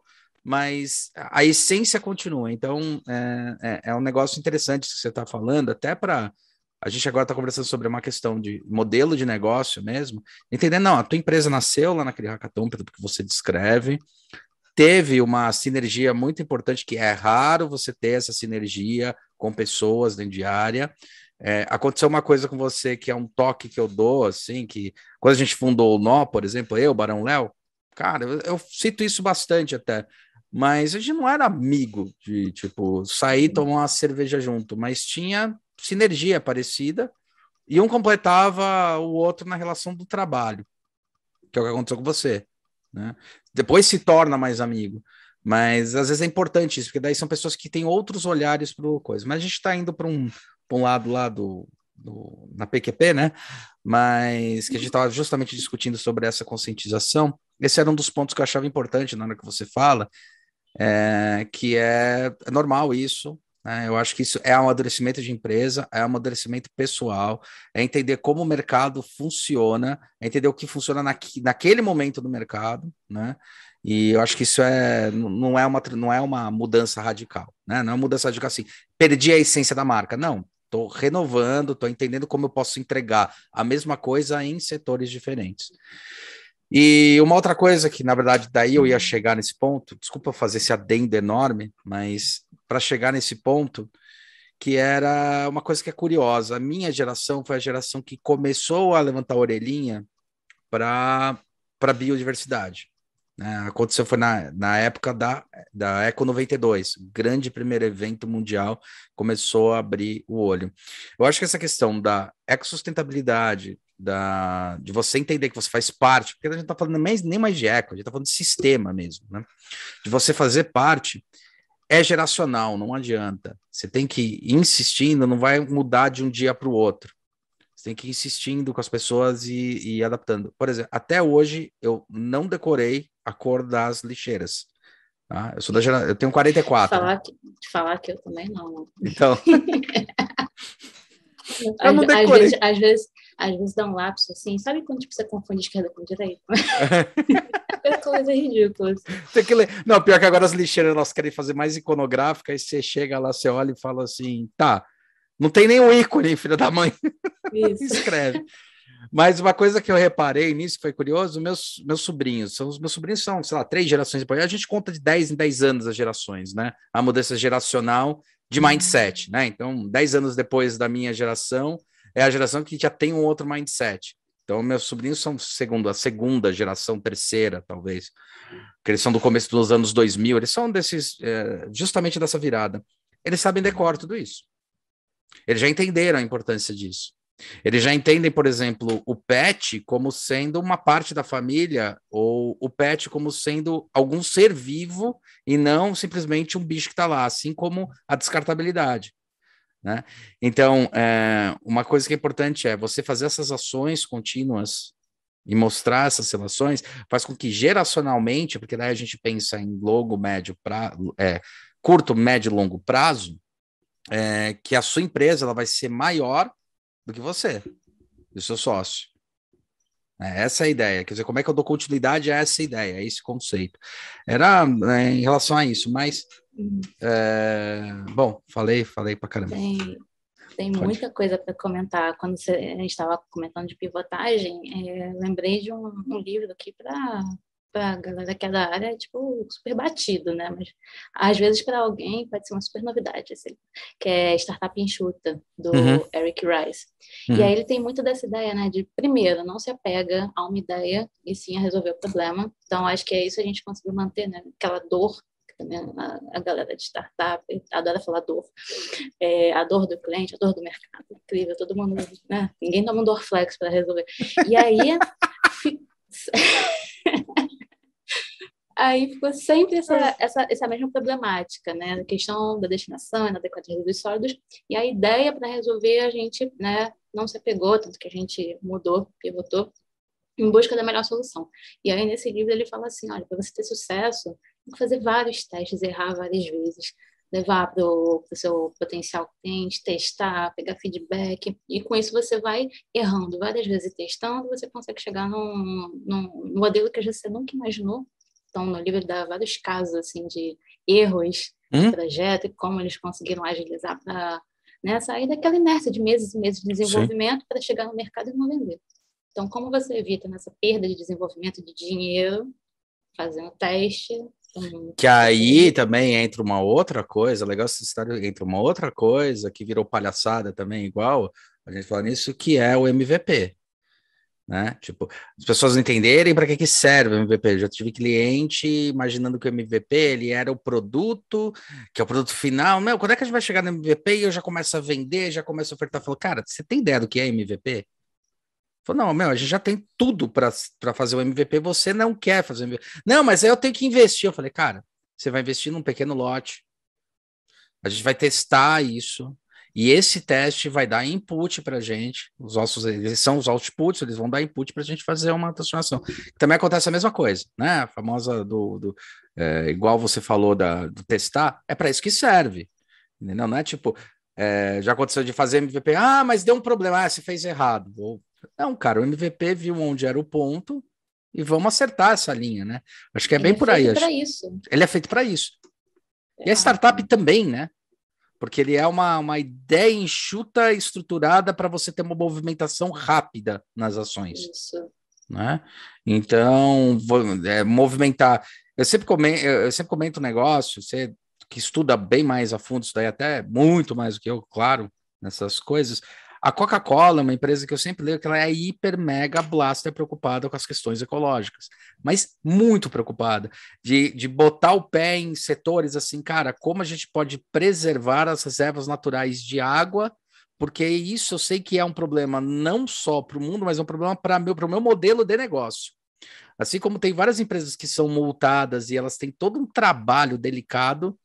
Speaker 1: mas a essência continua. Então, é, é, é um negócio interessante que você está falando, até para... A gente agora está conversando sobre uma questão de modelo de negócio mesmo. Entendendo, não, a tua empresa nasceu lá naquele hackathon, pelo que você descreve, teve uma sinergia muito importante, que é raro você ter essa sinergia com pessoas dentro de área. É, aconteceu uma coisa com você que é um toque que eu dou, assim, que quando a gente fundou o Nó, por exemplo, eu, Barão Léo, cara, eu, eu cito isso bastante até, mas a gente não era amigo de, tipo, sair tomar uma cerveja junto, mas tinha sinergia parecida e um completava o outro na relação do trabalho, que é o que aconteceu com você, né? Depois se torna mais amigo, mas às vezes é importante isso, porque daí são pessoas que têm outros olhares para o coisa, mas a gente está indo para um um lado lá do, do, na P Q P, né? Mas que a gente estava justamente discutindo sobre essa conscientização. Esse era um dos pontos que eu achava importante na hora que você fala, é, que é, é normal isso, né? Eu acho que isso é um amadurecimento de empresa, é um amadurecimento pessoal, é entender como o mercado funciona, é entender o que funciona naqui, naquele momento do mercado, né? E eu acho que isso é, não, é uma, não é uma mudança radical, né? Não é uma mudança radical assim, perdi a essência da marca, não. Estou renovando, estou entendendo como eu posso entregar a mesma coisa em setores diferentes. E uma outra coisa que, na verdade, daí eu ia chegar nesse ponto, desculpa fazer esse adendo enorme, mas para chegar nesse ponto, que era uma coisa que é curiosa. A minha geração foi a geração que começou a levantar a orelhinha para a biodiversidade. Né? Aconteceu foi na, na época da, da Eco noventa e dois, grande primeiro evento mundial, começou a abrir o olho. Eu acho que essa questão da ecossustentabilidade, da, de você entender que você faz parte, porque a gente não está falando nem, nem mais de eco, a gente está falando de sistema mesmo, né? De você fazer parte, é geracional, não adianta. Você tem que ir insistindo, não vai mudar de um dia para o outro. Você tem que ir insistindo com as pessoas e, e adaptando. Por exemplo, até hoje eu não decorei a cor das lixeiras. Tá? Eu sou da geração, eu tenho quarenta e quatro.
Speaker 2: Falar que, falar que eu também não.
Speaker 1: Então.
Speaker 2: eu não decorei. Às vezes, às, vezes, às vezes dá um lapso assim. Sabe quando tipo, você confunde esquerda com direita? É coisa ridícula.
Speaker 1: Tem que ler. Não, pior que agora as lixeiras elas querem fazer mais iconográfica, aí você chega lá, você olha e fala assim, tá. Não tem nenhum ícone, filha da mãe. Isso. Escreve. Mas uma coisa que eu reparei nisso, que foi curioso, meus, meus sobrinhos, são, os meus sobrinhos são, sei lá, três gerações depois. A gente conta de dez em dez anos as gerações, né? A mudança geracional de mindset, né? Então, dez anos depois da minha geração, é a geração que já tem um outro mindset. Então, meus sobrinhos são segundo, a segunda geração, terceira, talvez. Porque eles são do começo dos anos dois mil, eles são desses, é, justamente dessa virada. Eles sabem decor tudo isso. Eles já entenderam a importância disso. Eles já entendem, por exemplo, o pet como sendo uma parte da família, ou o pet como sendo algum ser vivo e não simplesmente um bicho que está lá, assim como a descartabilidade, né? Então, é, uma coisa que é importante é você fazer essas ações contínuas e mostrar essas relações, faz com que geracionalmente, porque daí a gente pensa em longo, médio, pra, é, curto, médio e longo prazo, é, que a sua empresa ela vai ser maior do que você, do seu sócio. É, essa é a ideia. Quer dizer, como é que eu dou continuidade a essa ideia, a esse conceito? Era, né, em relação a isso, mas
Speaker 2: Uhum.
Speaker 1: é, bom, falei, falei pra caramba.
Speaker 2: Tem, tem
Speaker 1: Pode.
Speaker 2: muita coisa para comentar. Quando você, a gente estava comentando de pivotagem, é, lembrei de um, um livro aqui para para a galera que é da área, é, tipo, super batido, né? Mas às vezes para alguém pode ser uma super novidade, assim, que é Startup Enxuta, do
Speaker 1: Uhum.
Speaker 2: Eric Rice.
Speaker 1: Uhum.
Speaker 2: E aí ele tem muito dessa ideia, né? De, primeiro, não se apega a uma ideia e sim a resolver o problema. Então, acho que é isso que a gente conseguiu manter, né? Aquela dor também a, a galera de startup adora falar dor, é, a dor do cliente, a dor do mercado, incrível, todo mundo, né? Ninguém toma um Dorflex para resolver. E aí, fi... aí ficou sempre essa, essa, essa mesma problemática, né? A questão da destinação, inadequação dos sólidos, e a ideia para resolver a gente, né, não se apegou, tanto que a gente mudou, pivotou, em busca da melhor solução. E aí, nesse livro, ele fala assim, olha, para você ter sucesso, tem que fazer vários testes, errar várias vezes, levar para o seu potencial cliente, testar, pegar feedback, e com isso você vai errando várias vezes e testando, você consegue chegar num, num modelo que você nunca imaginou. Então, no livro dá vários casos, assim, de erros de
Speaker 1: Hum?
Speaker 2: projeto e como eles conseguiram agilizar para, né, sair daquela inércia de meses e meses de desenvolvimento para chegar no mercado e não vender. Então, como você evita nessa perda de desenvolvimento de dinheiro, fazendo teste?
Speaker 1: Que aí também entra uma outra coisa, legal essa história, entra uma outra coisa que virou palhaçada também, igual a gente fala nisso, que é o M V P, né? Tipo, as pessoas não entenderem para que que serve o M V P. Eu já tive cliente imaginando que o M V P ele era o produto, que é o produto final. Meu, quando é que a gente vai chegar no M V P e eu já começo a vender, já começo a ofertar? Falou, cara, você tem ideia do que é M V P? Falou, não, meu, a gente já tem tudo para fazer o M V P, você não quer fazer o M V P. Não, mas aí eu tenho que investir. Eu falei, cara, você vai investir num pequeno lote, a gente vai testar isso, e esse teste vai dar input para a gente, os nossos, eles são os outputs, eles vão dar input para a gente fazer uma transformação. Também acontece a mesma coisa, né? A famosa do, do é, igual você falou da, do testar, é para isso que serve, entendeu? Não é tipo, é, já aconteceu de fazer M V P, ah, mas deu um problema, ah, você fez errado, ou não, cara, o M V P viu onde era o ponto e vamos acertar essa linha, né? Acho que é
Speaker 2: Ele
Speaker 1: bem
Speaker 2: é
Speaker 1: por aí.
Speaker 2: feito
Speaker 1: Acho.
Speaker 2: para isso.
Speaker 1: Ele é feito para isso. E a
Speaker 2: Ah,
Speaker 1: startup também, né? Porque ele é uma, uma ideia enxuta, estruturada para você ter uma movimentação rápida nas ações.
Speaker 2: isso.
Speaker 1: Né? Então, vou, é, movimentar. Eu sempre, comento, eu sempre comento um negócio, você que estuda bem mais a fundo isso daí, até muito mais do que eu, claro, nessas coisas. A Coca-Cola é uma empresa que eu sempre leio que ela é hiper, mega, blaster preocupada com as questões ecológicas, mas muito preocupada de, de botar o pé em setores assim, cara, como a gente pode preservar as reservas naturais de água, porque isso eu sei que é um problema não só para o mundo, mas é um problema para meu, o meu modelo de negócio. Assim como tem várias empresas que são multadas e elas têm todo um trabalho delicado.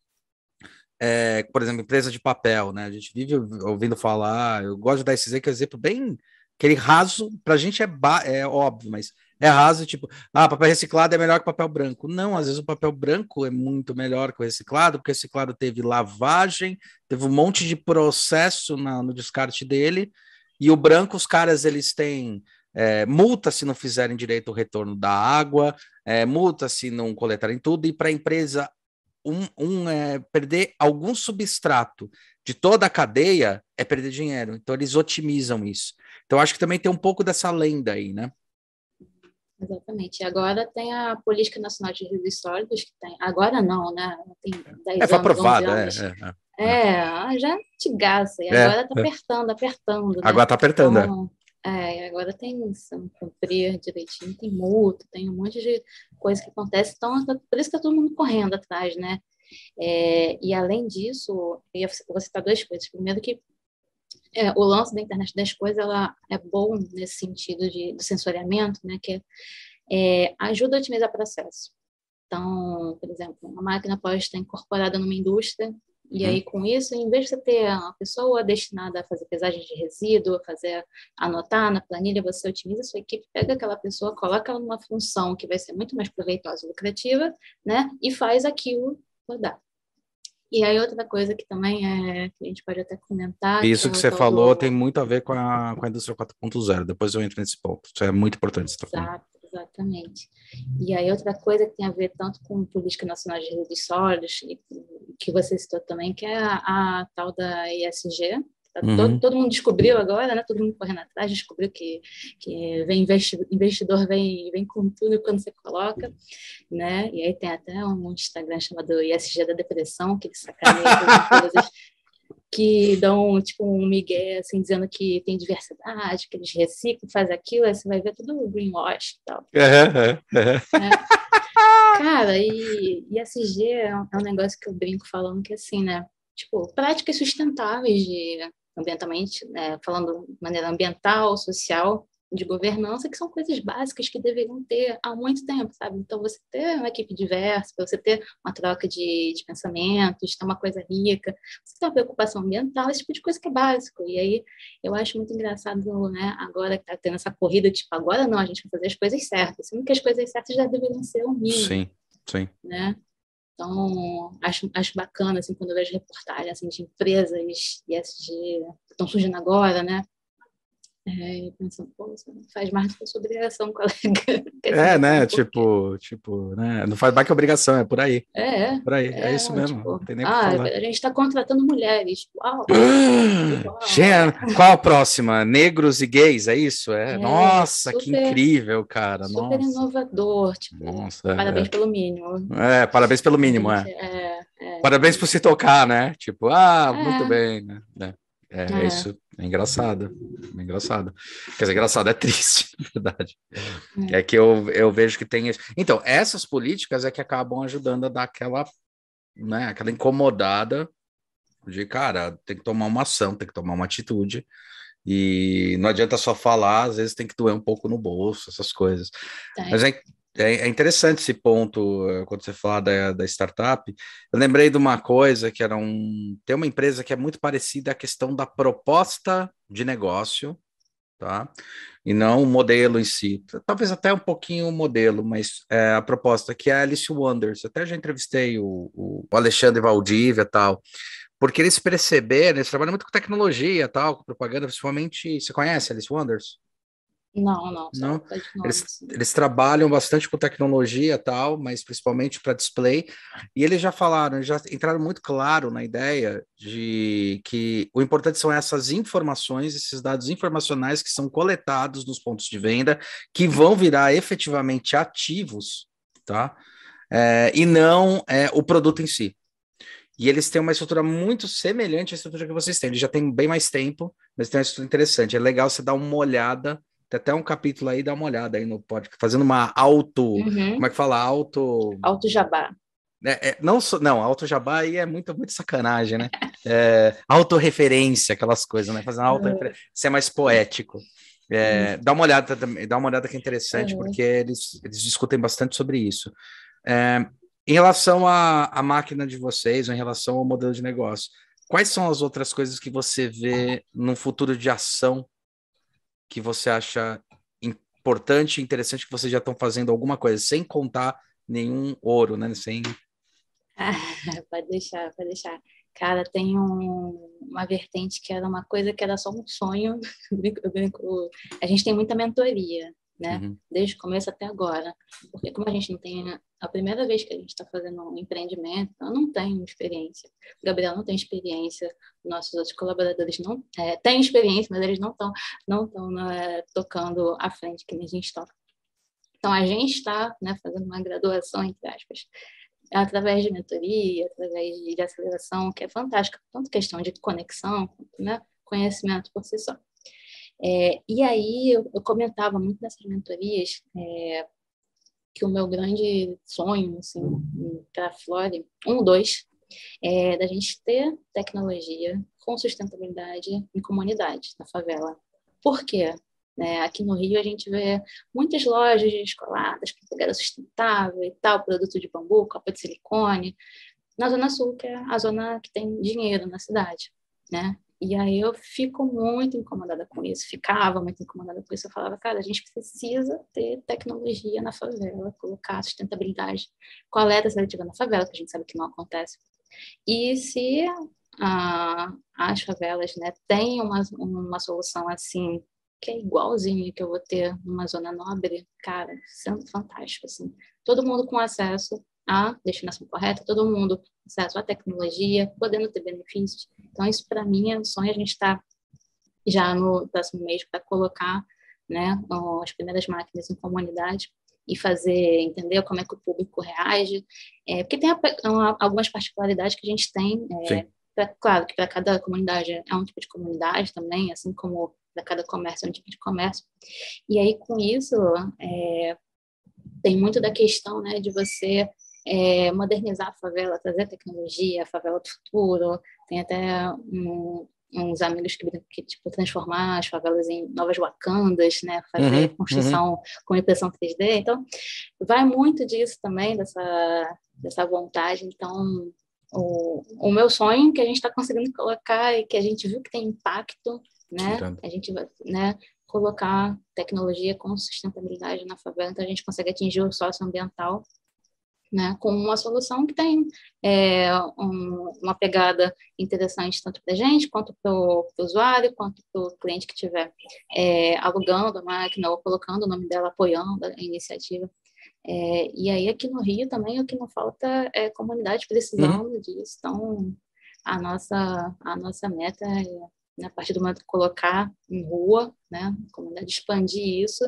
Speaker 1: É, por exemplo, empresa de papel, né? A gente vive ouvindo falar, eu gosto de dar esse exemplo, que é um exemplo bem, aquele raso, pra gente é, é óbvio, mas é raso, tipo, ah, papel reciclado é melhor que papel branco. Não, às vezes o papel branco é muito melhor que o reciclado, porque o reciclado teve lavagem, teve um monte de processo na, no descarte dele, e o branco, os caras, eles têm é, multa se não fizerem direito o retorno da água, é, multa se não coletarem tudo, e para a empresa Um, um é, perder algum substrato de toda a cadeia é perder dinheiro. Então, eles otimizam isso. Então, acho que também tem um pouco dessa lenda aí, né?
Speaker 2: Exatamente. Agora tem a Política Nacional de Resíduos Sólidos, que tem. Agora não, né? Tem
Speaker 1: É,
Speaker 2: dez
Speaker 1: foi
Speaker 2: anos, onze
Speaker 1: aprovada, é,
Speaker 2: anos.
Speaker 1: é,
Speaker 2: É, é já te gasta, e
Speaker 1: é,
Speaker 2: agora tá
Speaker 1: é.
Speaker 2: apertando, apertando, né?
Speaker 1: Agora tá apertando, é.
Speaker 2: Então, é, agora tem isso, cumprir direitinho, tem multa, tem um monte de coisa que acontece, então por isso que tá todo mundo correndo atrás, né? É, e além disso, eu vou citar duas coisas. Primeiro que É, o lance da internet das coisas, ela é bom nesse sentido de, do sensoriamento, né, que é, é, ajuda a otimizar o processo. Então, por exemplo, uma máquina pode estar incorporada numa indústria, e aí, com isso, em vez de você ter uma pessoa destinada a fazer pesagem de resíduo, fazer, anotar na planilha, você otimiza a sua equipe, pega aquela pessoa, coloca ela numa função que vai ser muito mais proveitosa e lucrativa, né? E faz aquilo rodar. E aí, outra coisa que também é, que a gente pode até comentar, que
Speaker 1: Isso
Speaker 2: é
Speaker 1: que
Speaker 2: o
Speaker 1: você
Speaker 2: tal
Speaker 1: falou
Speaker 2: do...
Speaker 1: tem muito a ver com a, com a indústria quatro ponto zero. Depois eu entro nesse ponto. Isso é muito importante você está falando.
Speaker 2: Exato, exatamente. E aí, outra coisa que tem a ver tanto com política nacional de resíduos sólidos, e que você citou também, que é a, a tal da E S G. Todo,
Speaker 1: Uhum.
Speaker 2: todo mundo descobriu agora, né? Todo mundo correndo atrás, descobriu que, que vem investi, investidor vem, vem com tudo quando você coloca, né? E aí tem até um Instagram chamado I S G da Depressão, que ele sacaneia com empresas que dão tipo um migué, assim, dizendo que tem diversidade, que eles reciclam, fazem aquilo, aí você vai ver tudo greenwash e tal.
Speaker 1: Uhum. Uhum.
Speaker 2: É. Cara, e I S G é um, é um negócio que eu brinco falando que, assim, né? Tipo, práticas sustentáveis de ambientalmente, né, falando de maneira ambiental, social, de governança, que são coisas básicas que deveriam ter há muito tempo, sabe? Então, você ter uma equipe diversa, você ter uma troca de, de pensamentos, ter uma coisa rica, você ter uma preocupação ambiental, esse tipo de coisa que é básico. E aí, eu acho muito engraçado, né, agora que tá tendo essa corrida, tipo, agora não, a gente vai fazer as coisas certas, sendo que as coisas certas já deveriam ser o mínimo,
Speaker 1: Sim, sim.
Speaker 2: né? Então, acho, acho bacana, assim, quando eu vejo reportagens assim, de empresas I S G que estão surgindo agora, né? É, pensando, pô, você não faz mais do que a sua obrigação, colega. Porque, assim,
Speaker 1: É,
Speaker 2: não tem
Speaker 1: né?
Speaker 2: porquê.
Speaker 1: Tipo, tipo, né? Não faz mais que obrigação, é por aí.
Speaker 2: É,
Speaker 1: Por aí. É
Speaker 2: é,
Speaker 1: isso
Speaker 2: não,
Speaker 1: mesmo. Não
Speaker 2: tipo,
Speaker 1: tem nem o que
Speaker 2: ah,
Speaker 1: falar.
Speaker 2: a gente está contratando mulheres. Uau, uau,
Speaker 1: Gente, qual a próxima? Negros e gays, é isso? É.
Speaker 2: é
Speaker 1: Nossa, que
Speaker 2: super,
Speaker 1: incrível, cara.
Speaker 2: super
Speaker 1: Nossa.
Speaker 2: inovador, tipo,
Speaker 1: Nossa.
Speaker 2: parabéns pelo mínimo.
Speaker 1: É, é, parabéns pelo
Speaker 2: A
Speaker 1: mínimo,
Speaker 2: gente
Speaker 1: é.
Speaker 2: é, é,
Speaker 1: Parabéns por se tocar, né? Tipo, ah, muito
Speaker 2: é,
Speaker 1: bem, né? É, é
Speaker 2: é,
Speaker 1: isso. É engraçado. É engraçado. Quer dizer, engraçado, é triste, na verdade. É que eu, eu vejo que tem isso. Então, essas políticas é que acabam ajudando a dar aquela, né, aquela incomodada de, cara, tem que tomar uma ação, tem que tomar uma atitude. E não adianta só falar, às vezes tem que doer um pouco no bolso, essas coisas. Mas
Speaker 2: tem.
Speaker 1: é, é, é interessante esse ponto, eh, quando você fala da, da startup. Eu lembrei de uma coisa que era um. Tem uma empresa que é muito parecida à questão da proposta de negócio, tá? E não o modelo em si. Talvez até um pouquinho o modelo, mas é, a proposta que é a Alice Wonders. Até já entrevistei o, o Alexandre Valdívia e tal, porque eles perceberam, eles trabalham muito com tecnologia, tal, com propaganda, principalmente. Você conhece Alice Wonders?
Speaker 2: Não, não, só
Speaker 1: Não?
Speaker 2: tá de nome,
Speaker 1: Eles,
Speaker 2: assim.
Speaker 1: eles trabalham bastante com tecnologia, tal, mas principalmente para display. E eles já falaram, já entraram muito claro na ideia de que o importante são essas informações, esses dados informacionais que são coletados nos pontos de venda, que vão virar efetivamente ativos, tá? É, e não é, o produto em si. E eles têm uma estrutura muito semelhante à estrutura que vocês têm. Eles já têm bem mais tempo, mas tem uma estrutura interessante. É legal você dar uma olhada. Tem até um capítulo aí, dá uma olhada aí no podcast, fazendo uma auto. Como
Speaker 2: Uhum.
Speaker 1: é que fala? Auto.
Speaker 2: Alto Jabá.
Speaker 1: É, é, não, so- não, auto jabá aí é muito, muito sacanagem, né? É, autorreferência, aquelas coisas, né? Fazer uma autorreferência, ser mais poético. É,
Speaker 2: Isso.
Speaker 1: dá uma olhada também, dá uma olhada que é interessante,
Speaker 2: Uhum.
Speaker 1: porque eles, eles discutem bastante sobre isso. É, em relação à, à máquina de vocês, ou em relação ao modelo de negócio, quais são as outras coisas que você vê no futuro de ação que você acha importante e interessante que vocês já estão fazendo alguma coisa, sem contar nenhum ouro, né? Sem...
Speaker 2: Ah, pode deixar, pode deixar. Cara, tem um- uma vertente que era uma coisa que era só um sonho. Eu brinco- eu brinco- A gente tem muita mentoria, né?
Speaker 1: Uhum,
Speaker 2: Desde o começo até agora. Porque como a gente não tem... A primeira vez que a gente está fazendo um empreendimento, eu não tenho experiência. O Gabriel não tem experiência. Nossos outros colaboradores não é, têm experiência, mas eles não estão não estão né, tocando à frente que nem a gente toca. Então, a gente está, né, fazendo uma graduação, entre aspas, através de mentoria, através de, de aceleração, que é fantástica, tanto questão de conexão, quanto, né, conhecimento por si só. É, e aí eu, eu comentava muito nessas mentorias é, que o meu grande sonho, assim, para a Flore, um, dois, é da gente ter tecnologia com sustentabilidade em comunidade, na favela. Por quê? Né? Aqui no Rio a gente vê muitas lojas de chocolates com pegada sustentável e tal, produto de bambu, copa de silicone, na Zona Sul, que é a zona que tem dinheiro na cidade, né? E aí eu fico muito incomodada com isso, ficava muito incomodada com isso. Eu falava, cara, a gente precisa ter tecnologia na favela, colocar sustentabilidade, coleta seletiva na favela, que a gente sabe que não acontece. E se ah, as favelas, né, têm uma, uma solução assim, que é igualzinho que eu vou ter numa zona nobre, cara, sendo fantástico, assim. Todo mundo com acesso à destinação correta, todo mundo com acesso à tecnologia, podendo ter benefícios. Então, isso para mim é um sonho, a gente está já no próximo mês para colocar, né, as primeiras máquinas em comunidade e fazer, entender como é que o público reage, é, porque tem a, uma, algumas particularidades que a gente tem, é, pra, claro que para cada comunidade é um tipo de comunidade também, assim como para cada comércio é um tipo de comércio, e aí com isso é, tem muito da questão, né, de você é, modernizar a favela, trazer tecnologia, a favela do futuro, tem até um, uns amigos que, que tipo, transformar as favelas em novas Wakandas, né, fazer
Speaker 1: Uhum,
Speaker 2: construção
Speaker 1: uhum.
Speaker 2: com impressão três D, então vai muito disso também, dessa, dessa vontade, então o, o meu sonho que a gente está conseguindo colocar e que a gente viu que tem impacto, né, a gente vai, né, colocar tecnologia com sustentabilidade na favela, então a gente consegue atingir o socioambiental, né, com uma solução que tem é, um, uma pegada interessante tanto para a gente, quanto para o usuário, quanto para o cliente que estiver é, alugando a máquina ou colocando o nome dela, apoiando a iniciativa. É, e aí aqui no Rio também o que não falta é comunidade precisando
Speaker 1: Uhum.
Speaker 2: disso. Então, a nossa, a nossa meta é, né, a partir do momento de colocar em rua, né, comunidade expandir isso,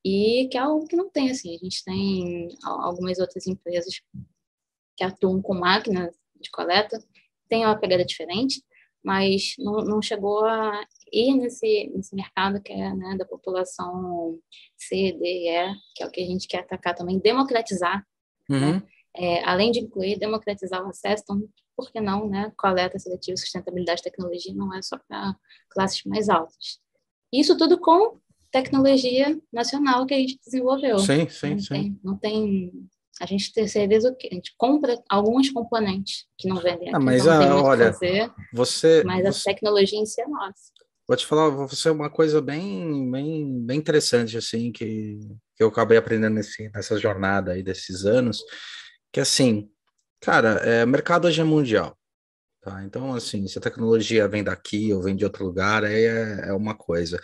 Speaker 2: e que é algo que não tem, assim, a gente tem algumas outras empresas que atuam com máquinas de coleta, tem uma pegada diferente, mas não, não chegou a ir nesse, nesse mercado que é, né, da população C, D e E, que é o que a gente quer atacar também, democratizar, né?
Speaker 1: Uhum.
Speaker 2: É, além de incluir, democratizar o acesso, então, por que não, né? Coleta seletiva, sustentabilidade, tecnologia não é só para classes mais altas. Isso tudo com tecnologia nacional que a gente desenvolveu.
Speaker 1: Sim, sim,
Speaker 2: Não
Speaker 1: sim.
Speaker 2: tem, não tem a gente terceiriza o quê? A gente compra alguns componentes que não vendem
Speaker 1: Ah,
Speaker 2: aqui, então
Speaker 1: mas
Speaker 2: não tem
Speaker 1: ah,
Speaker 2: muito o que
Speaker 1: olha,
Speaker 2: fazer,
Speaker 1: você,
Speaker 2: mas a
Speaker 1: você,
Speaker 2: tecnologia em si é nossa.
Speaker 1: vou te falar, você é uma coisa bem, bem, bem interessante assim que, que eu acabei aprendendo nesse, nessa jornada aí desses anos, que assim, cara, é, o mercado hoje é mundial. Tá, então, assim, se a tecnologia vem daqui ou vem de outro lugar, aí é, é uma coisa.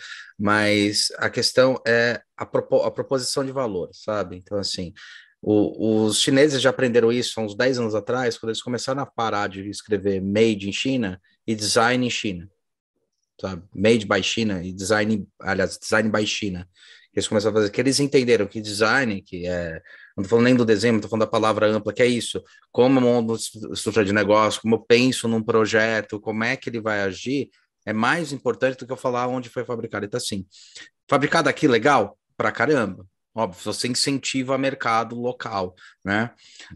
Speaker 1: Mas a questão é a, propo, a proposição de valor, sabe? Então, assim, o, os chineses já aprenderam isso há uns dez anos atrás, quando eles começaram a parar de escrever Made in China e Design in China, sabe? Made by China e Design, aliás, Design by China. Eles começaram a fazer, que eles entenderam que design, que é, não estou falando nem do desenho, estou falando da palavra ampla, que é isso, como eu monto estrutura de negócio, como eu penso num projeto, como é que ele vai agir, é mais importante do que eu falar onde foi fabricado. Então, assim, fabricado aqui, legal? Pra caramba. Óbvio, você incentiva mercado local, né?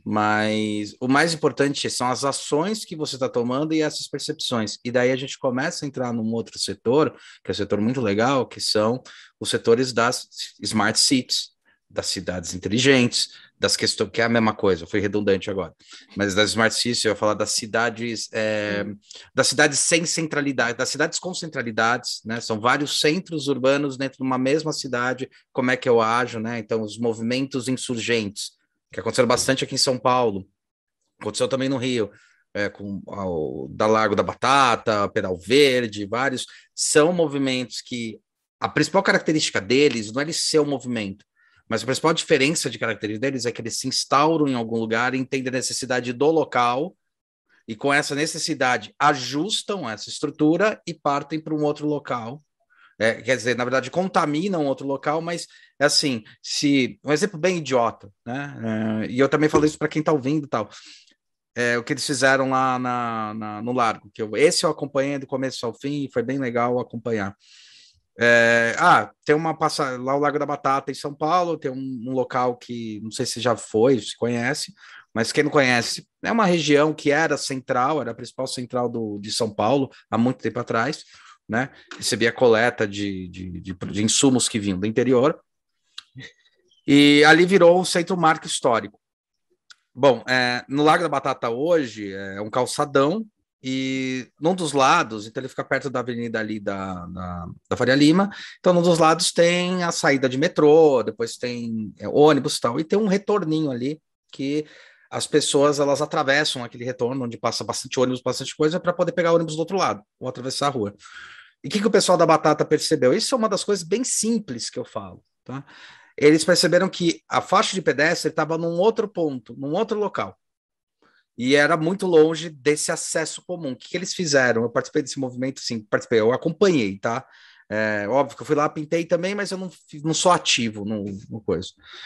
Speaker 1: Mas o mais importante são as ações que você está tomando e essas percepções. E daí a gente começa a entrar num outro setor, que é um setor muito legal, que são os setores das smart cities, das cidades inteligentes, das questões, que é a mesma coisa, foi redundante agora, mas das smart cities, eu ia falar das cidades, é, das cidades sem centralidade, das cidades com centralidades, né? São vários centros urbanos dentro de uma mesma cidade, como é que eu ajo, né? Então, os movimentos insurgentes, que aconteceram bastante aqui em São Paulo, aconteceu também no Rio, é, com o da Largo da Batata, Pedal Verde, vários, são movimentos que a principal característica deles não é ele ser um movimento, mas a principal diferença de característica deles é que eles se instauram em algum lugar, entendem a necessidade do local e com essa necessidade ajustam essa estrutura e partem para um outro local. É, quer dizer, na verdade, contaminam outro local, mas é assim, se um exemplo bem idiota, né? É, e eu também falo isso para quem está ouvindo e tal. É, o que eles fizeram lá na, na, no Largo, que eu, esse eu acompanhei do começo ao fim e foi bem legal acompanhar. É, ah, tem uma passagem lá o Lago da Batata em São Paulo, tem um, um local que não sei se já foi, se conhece, mas quem não conhece, é uma região que era central, era a principal central do, de São Paulo, há muito tempo atrás, né? Recebia coleta de, de, de, de insumos que vinham do interior, e ali virou um centro marco histórico. Bom, é, no Largo da Batata hoje é um calçadão, e num dos lados, então ele fica perto da avenida ali da, da, da Faria Lima, então num dos lados tem a saída de metrô, depois tem é, ônibus e tal, e tem um retorninho ali, que as pessoas elas atravessam aquele retorno, onde passa bastante ônibus, bastante coisa, para poder pegar ônibus do outro lado, ou atravessar a rua. E o que, que o pessoal da Batata percebeu? Isso é uma das coisas bem simples que eu falo, tá? Eles perceberam que a faixa de pedestre estava num outro ponto, num outro local. E era muito longe desse acesso comum. O que, que eles fizeram? Eu participei desse movimento, sim, participei, eu acompanhei, tá? É, óbvio que eu fui lá, pintei também, mas eu não, não sou ativo no, no coisa.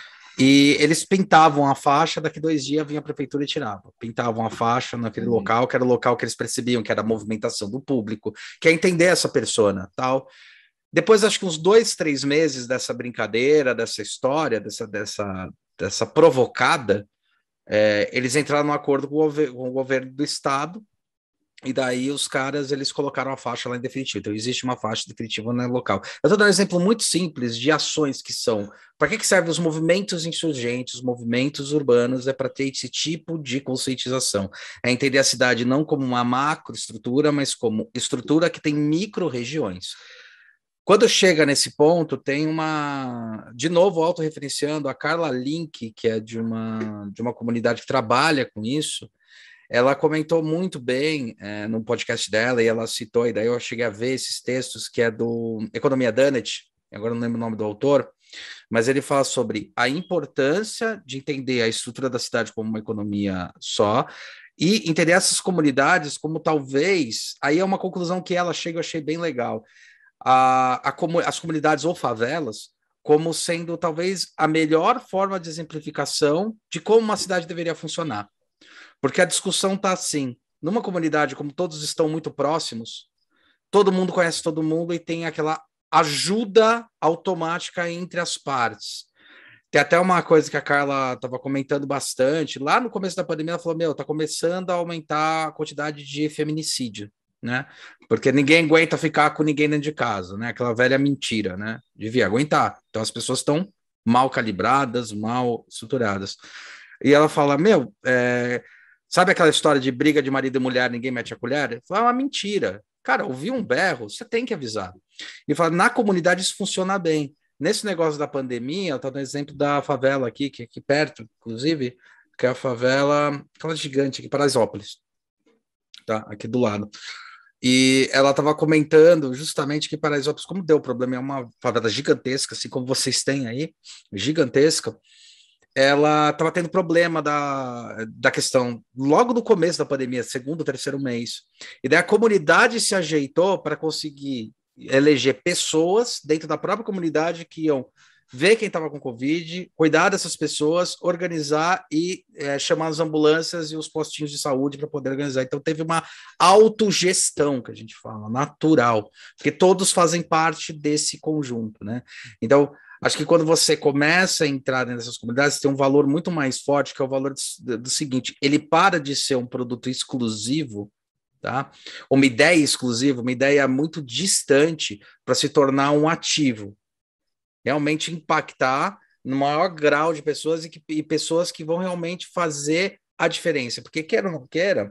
Speaker 1: E eles pintavam a faixa, daqui dois dias vinha a prefeitura e tirava. Pintavam a faixa naquele uhum. local, que era o local que eles percebiam que era a movimentação do público, que é entender essa persona, tal. Depois, acho que uns dois, três meses dessa brincadeira, dessa história, dessa, dessa, dessa provocada, é, eles entraram num acordo com o, com o governo do estado, e daí os caras, eles colocaram a faixa lá em definitivo. Então, existe uma faixa definitiva no local. Eu estou dando um exemplo muito simples de ações que são... Para que, que servem os movimentos insurgentes, os movimentos urbanos? É para ter esse tipo de conscientização. É entender a cidade não como uma macroestrutura, mas como estrutura que tem micro-regiões. Quando chega nesse ponto, tem uma... De novo, autorreferenciando, a Carla Link, que é de uma, de uma comunidade que trabalha com isso, ela comentou muito bem é, no podcast dela, e ela citou, e daí eu cheguei a ver esses textos, que é do Economia Dunnett, agora não lembro o nome do autor, mas ele fala sobre a importância de entender a estrutura da cidade como uma economia só, e entender essas comunidades como talvez... Aí é uma conclusão que ela chega, eu achei bem legal, a, a, as comunidades ou favelas como sendo talvez a melhor forma de exemplificação de como uma cidade deveria funcionar. Porque a discussão está assim, numa comunidade como todos estão muito próximos, todo mundo conhece todo mundo e tem aquela ajuda automática entre as partes. Tem até uma coisa que a Carla estava comentando bastante, lá no começo da pandemia ela falou, meu, está começando a aumentar a quantidade de feminicídio, né? Porque ninguém aguenta ficar com ninguém dentro de casa, né? Aquela velha mentira, né? Devia aguentar. Então as pessoas estão mal calibradas, mal estruturadas. E ela fala, meu, é... sabe aquela história de briga de marido e mulher, ninguém mete a colher? É uma mentira. Cara, ouvir um berro, você tem que avisar. E fala, na comunidade isso funciona bem. Nesse negócio da pandemia, eu estou dando exemplo da favela aqui, que é aqui perto, inclusive, que é a favela, aquela gigante aqui, Paraisópolis, tá? Aqui do lado. E ela estava comentando justamente que Paraisópolis, como deu problema, é uma favela gigantesca, assim como vocês têm aí, gigantesca, ela estava tendo problema da, da questão logo no começo da pandemia, segundo, terceiro mês. E daí a comunidade se ajeitou para conseguir eleger pessoas dentro da própria comunidade que iam ver quem estava com Covid, cuidar dessas pessoas, organizar e é, chamar as ambulâncias e os postinhos de saúde para poder organizar. Então teve uma autogestão, que a gente fala, natural, porque todos fazem parte desse conjunto, né? Então, acho que quando você começa a entrar nessas comunidades, tem um valor muito mais forte, que é o valor do, do seguinte, ele para de ser um produto exclusivo, tá? Uma ideia exclusiva, uma ideia muito distante, para se tornar um ativo. Realmente impactar no maior grau de pessoas e, que, e pessoas que vão realmente fazer a diferença. Porque, queira ou não queira,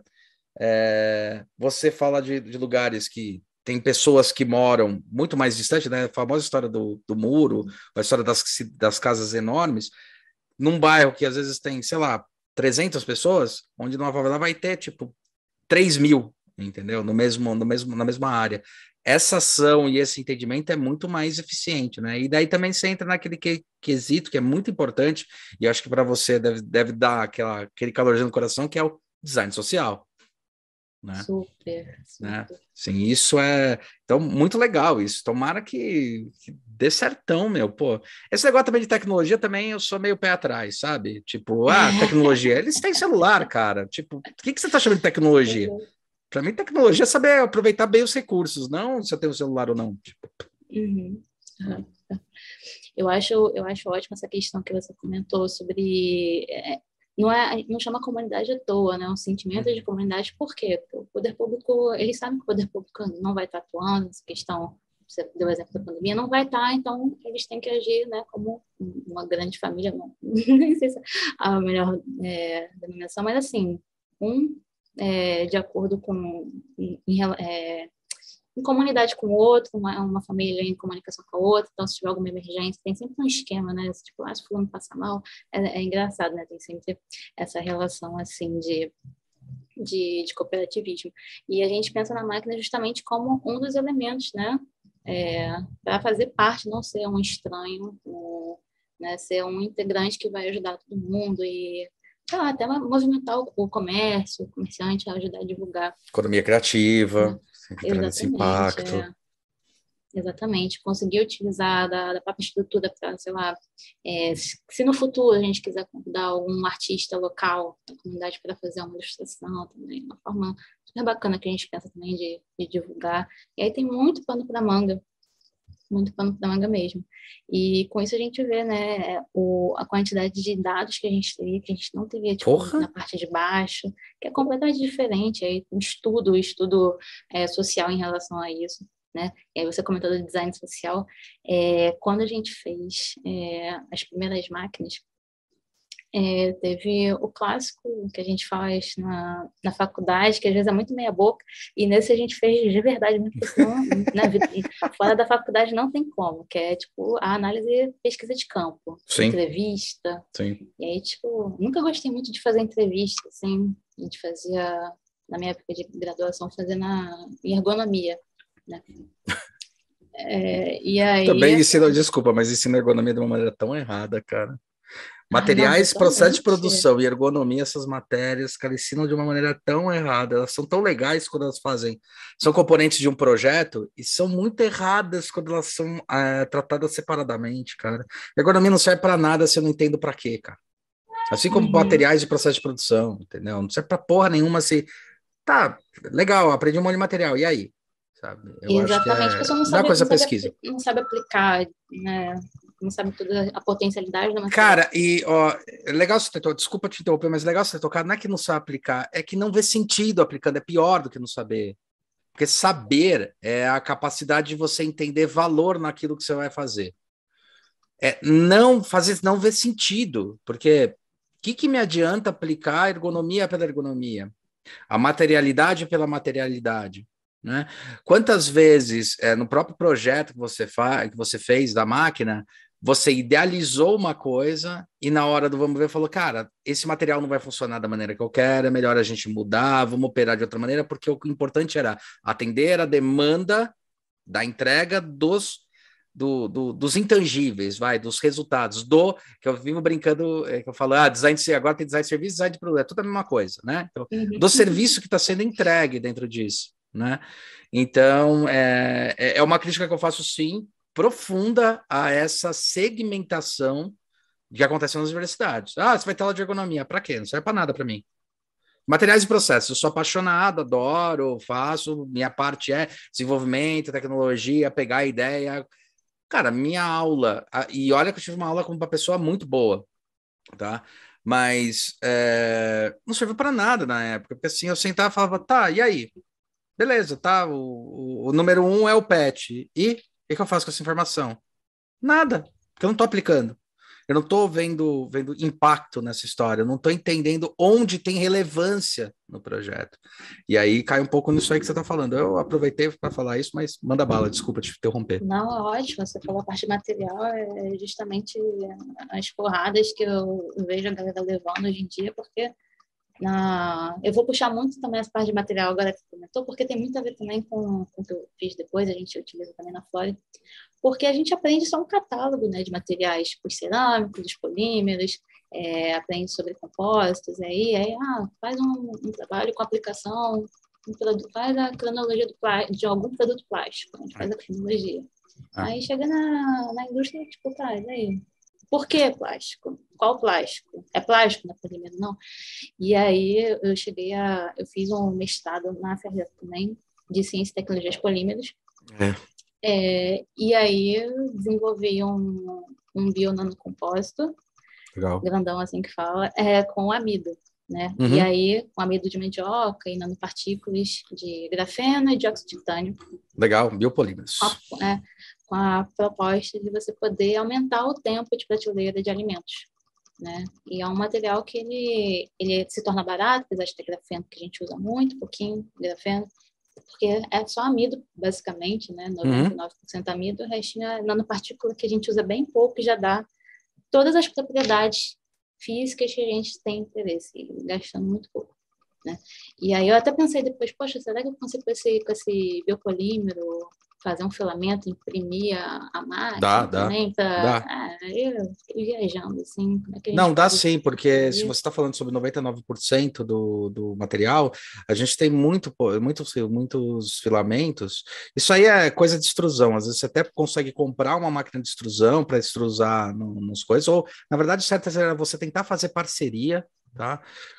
Speaker 1: é, você fala de, de lugares que tem pessoas que moram muito mais distante, né? A famosa história do, do muro, a história das, das casas enormes, num bairro que às vezes tem, sei lá, trezentas pessoas, onde numa favela vai ter, tipo, três mil, entendeu? No mesmo, no mesmo, na mesma área. Essa ação e esse entendimento é muito mais eficiente, né? E daí também você entra naquele que, quesito que é muito importante, e acho que para você deve, deve dar aquela, aquele calorzinho no coração, que é o design social. Né?
Speaker 2: Super, super.
Speaker 1: Né? Sim, isso é... Então, muito legal isso. Tomara que, que dê certão, meu. Pô, esse negócio também de tecnologia também eu sou meio pé atrás, sabe? Tipo, ah, tecnologia. Eles têm celular, cara. Tipo, o que, que você tá chamando de tecnologia? Para mim, tecnologia é saber aproveitar bem os recursos, não se eu tenho um celular ou não. Tipo.
Speaker 2: Uhum. Uhum. Eu acho, eu acho ótima essa questão que você comentou sobre... É, não, é, não chama comunidade à toa, né? Um sentimento de comunidade, por quê? Porque o poder público, eles sabem que o poder público não vai estar atuando nessa questão, você deu o exemplo da pandemia, não vai estar, então eles têm que agir, né, como uma grande família, não, nem sei se é a melhor é, denominação, mas assim, um é, de acordo com, em, é, em comunidade com o outro, uma, uma família em comunicação com a outra, então se tiver alguma emergência, tem sempre um esquema, né, tipo, ah, se fulano passa mal, é, é engraçado, né, tem sempre essa relação, assim, de De, de cooperativismo. E a gente pensa na máquina justamente como um dos elementos, né? É, para fazer parte, não ser um estranho, um, né? Ser um integrante que vai ajudar todo mundo e sei lá, até movimentar o, o comércio, o comerciante a ajudar a divulgar.
Speaker 1: Economia criativa,
Speaker 2: Né?
Speaker 1: trazendo esse
Speaker 2: Exatamente,
Speaker 1: impacto.
Speaker 2: é. Exatamente, conseguir utilizar da, da própria estrutura para, sei lá, é, se no futuro a gente quiser convidar algum artista local da comunidade para fazer uma ilustração também, uma forma super bacana que a gente pensa também de, de divulgar. E aí tem muito pano para manga, muito pano para manga mesmo. E com isso a gente vê, né, o, a quantidade de dados que a gente teria, que a gente não teria, tipo,
Speaker 1: Porra!
Speaker 2: na parte de baixo, que é completamente diferente. Aí um estudo, estudo é, social em relação a isso. Né? E aí você comentou do design social. É, quando a gente fez é, as primeiras máquinas, é, teve o clássico que a gente faz na, na faculdade, que às vezes é muito meia boca, e nesse a gente fez de verdade, muito, porque senão, na vida, fora da faculdade não tem como, que é tipo a análise pesquisa de campo,
Speaker 1: Sim,
Speaker 2: entrevista.
Speaker 1: sim.
Speaker 2: E aí, tipo, nunca gostei muito de fazer entrevista, assim, a gente fazia, na minha época de graduação, fazia na em ergonomia. Né? É, e
Speaker 1: Também
Speaker 2: aí,
Speaker 1: ensino, desculpa, mas ensino ergonomia de uma maneira tão errada, cara.
Speaker 2: ah, não,
Speaker 1: Materiais, processo de
Speaker 2: totalmente.
Speaker 1: produção e ergonomia, essas matérias, cara, ensinam de uma maneira tão errada. Elas são tão legais quando elas fazem, são componentes de um projeto e são muito erradas quando elas são é, tratadas separadamente, cara. Ergonomia não serve para nada se eu não entendo para quê, cara. Assim como
Speaker 2: Uhum.
Speaker 1: materiais de processo de produção, entendeu? Não serve para porra nenhuma se. Tá, legal, aprendi um monte de material, e aí? Sabe? Eu acho que
Speaker 2: Exatamente, a
Speaker 1: é.
Speaker 2: pessoa não
Speaker 1: Dá
Speaker 2: sabe,
Speaker 1: coisa
Speaker 2: não sabe,
Speaker 1: pesquisa.
Speaker 2: apli- não sabe aplicar, né? Não sabe toda a potencialidade do material.
Speaker 1: Cara, e ó, é legal você ter tocado, desculpa te interromper, mas é legal você ter tocado, não é que não sabe aplicar, é que não vê sentido aplicando, é pior do que não saber. Porque saber é a capacidade de você entender valor naquilo que você vai fazer. É não fazer, não ver sentido, porque o que, que me adianta aplicar a ergonomia pela ergonomia? A materialidade pela materialidade, né? Quantas vezes é, no próprio projeto que você faz, que você fez da máquina, você idealizou uma coisa e na hora do vamos ver falou, cara, esse material não vai funcionar da maneira que eu quero, é melhor a gente mudar, vamos operar de outra maneira, porque o importante era atender a demanda da entrega dos do, do, dos intangíveis, vai, dos resultados, do, que eu vivo brincando, é, que eu falo, ah, design de agora tem design de serviço, design de produto, é tudo a mesma coisa, né? Então, do
Speaker 2: Uhum.
Speaker 1: serviço que está sendo entregue dentro disso, né? Então, é, é uma crítica que eu faço, sim, profunda a essa segmentação que acontece nas universidades. Ah, você vai ter aula de ergonomia, para quê? Não serve para nada para mim. Materiais e processos, eu sou apaixonado, adoro, faço, minha parte é desenvolvimento, tecnologia, pegar a ideia. Cara, minha aula, e olha que eu tive uma aula com uma pessoa muito boa, tá? Mas é, não serviu para nada na época, porque assim, eu sentava e falava, tá, e aí? Beleza, tá, o, o, o número um é o pet, e o que eu faço com essa informação? Nada, porque eu não tô aplicando. Eu não estou vendo, vendo impacto nessa história, eu não estou entendendo onde tem relevância no projeto. E aí cai um pouco nisso aí que você está falando. Eu aproveitei para falar isso, mas manda bala, desculpa te interromper.
Speaker 2: Não, é ótimo, você falou a parte material, é justamente as porradas que eu vejo a galera levando hoje em dia, porque na... eu vou puxar muito também essa parte de material agora que você comentou, porque tem muito a ver também com, com o que eu fiz depois, a gente utiliza também na Flórida, porque a gente aprende só um catálogo, né, de materiais, os cerâmicos, os polímeros, é, aprende sobre compósitos, aí, aí ah, faz um, um trabalho com aplicação, um produto, faz a cronologia do de algum produto plástico, a gente faz a cronologia.
Speaker 1: Ah.
Speaker 2: Aí chega na, na indústria, tipo, tá, e aí? Por que plástico? Qual plástico? É plástico, não é polímero, não? E aí eu cheguei a... Eu fiz um mestrado na F R J também, de Ciência e Tecnologias Polímeros.
Speaker 1: É.
Speaker 2: É, e aí eu desenvolvi um, um bionanocompósito
Speaker 1: Legal.
Speaker 2: grandão assim que fala, é com amido, né?
Speaker 1: Uhum.
Speaker 2: E aí, com amido de mandioca e nanopartículas de grafeno e dióxido de titânio.
Speaker 1: Legal, biopolímeros.
Speaker 2: Com a, é, com a proposta de você poder aumentar o tempo de prateleira de alimentos, né? E é um material que ele, ele se torna barato, apesar de ter grafeno, que a gente usa muito, pouquinho grafeno, porque é só amido, basicamente, né? noventa e nove por cento amido, o restinho é nanopartícula que a gente usa bem pouco e já dá todas as propriedades físicas que a gente tem interesse, gastando muito pouco, né? E aí eu até pensei depois, poxa, será que eu consigo com esse, com esse biopolímero fazer um filamento, imprimir a, a
Speaker 1: Dá,
Speaker 2: máquina
Speaker 1: dá,
Speaker 2: também para...
Speaker 1: dá.
Speaker 2: Ah, eu fiquei viajando, assim, como é que a gente
Speaker 1: Não, dá
Speaker 2: faz isso?
Speaker 1: sim, porque se você está falando sobre noventa e nove por cento do, do material, a gente tem muito, pô, muitos, muitos filamentos. Isso aí é coisa de extrusão. Às vezes você até consegue comprar uma máquina de extrusão para extrusar no, nos coisas, ou, na verdade, certo é você tentar fazer parceria, tá?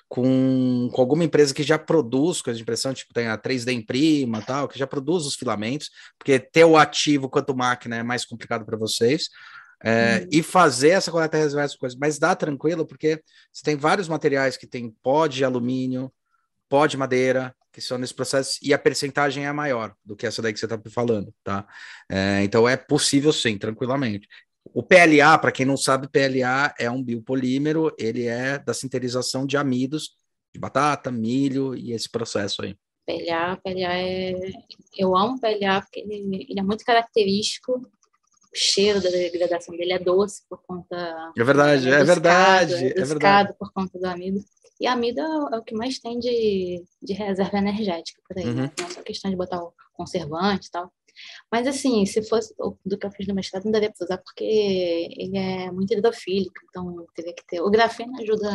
Speaker 1: Com, com alguma empresa que já produz coisa de impressão, tipo tem a três D Imprima, tal, que já produz os filamentos, porque ter o ativo quanto máquina é mais complicado para vocês. É,
Speaker 2: Uhum.
Speaker 1: e fazer essa coleta reversa coisa, mas dá tranquilo, porque você tem vários materiais que tem pó de alumínio, pó de madeira, que são nesse processo, e a percentagem é maior do que essa daí que você está falando, tá? É, então é possível sim, tranquilamente. O P L A, para quem não sabe, P L A é um biopolímero, ele é da sintetização de amidos de batata, milho e esse processo aí.
Speaker 2: P L A, P L A é... Eu amo P L A porque ele, ele é muito característico. O cheiro da degradação dele é doce por conta,
Speaker 1: É
Speaker 2: né,
Speaker 1: verdade,
Speaker 2: ele é
Speaker 1: é
Speaker 2: adocicado, é
Speaker 1: verdade, é verdade.
Speaker 2: adocicado por conta do amido. E a amido é o que mais tem de, de reserva energética por aí,
Speaker 1: Uhum.
Speaker 2: né? Não é só questão de botar o conservante e tal. Mas, assim, se fosse do que eu fiz no mestrado, não daria para usar porque ele é muito hidrofílico, então teria que ter. O grafeno ajuda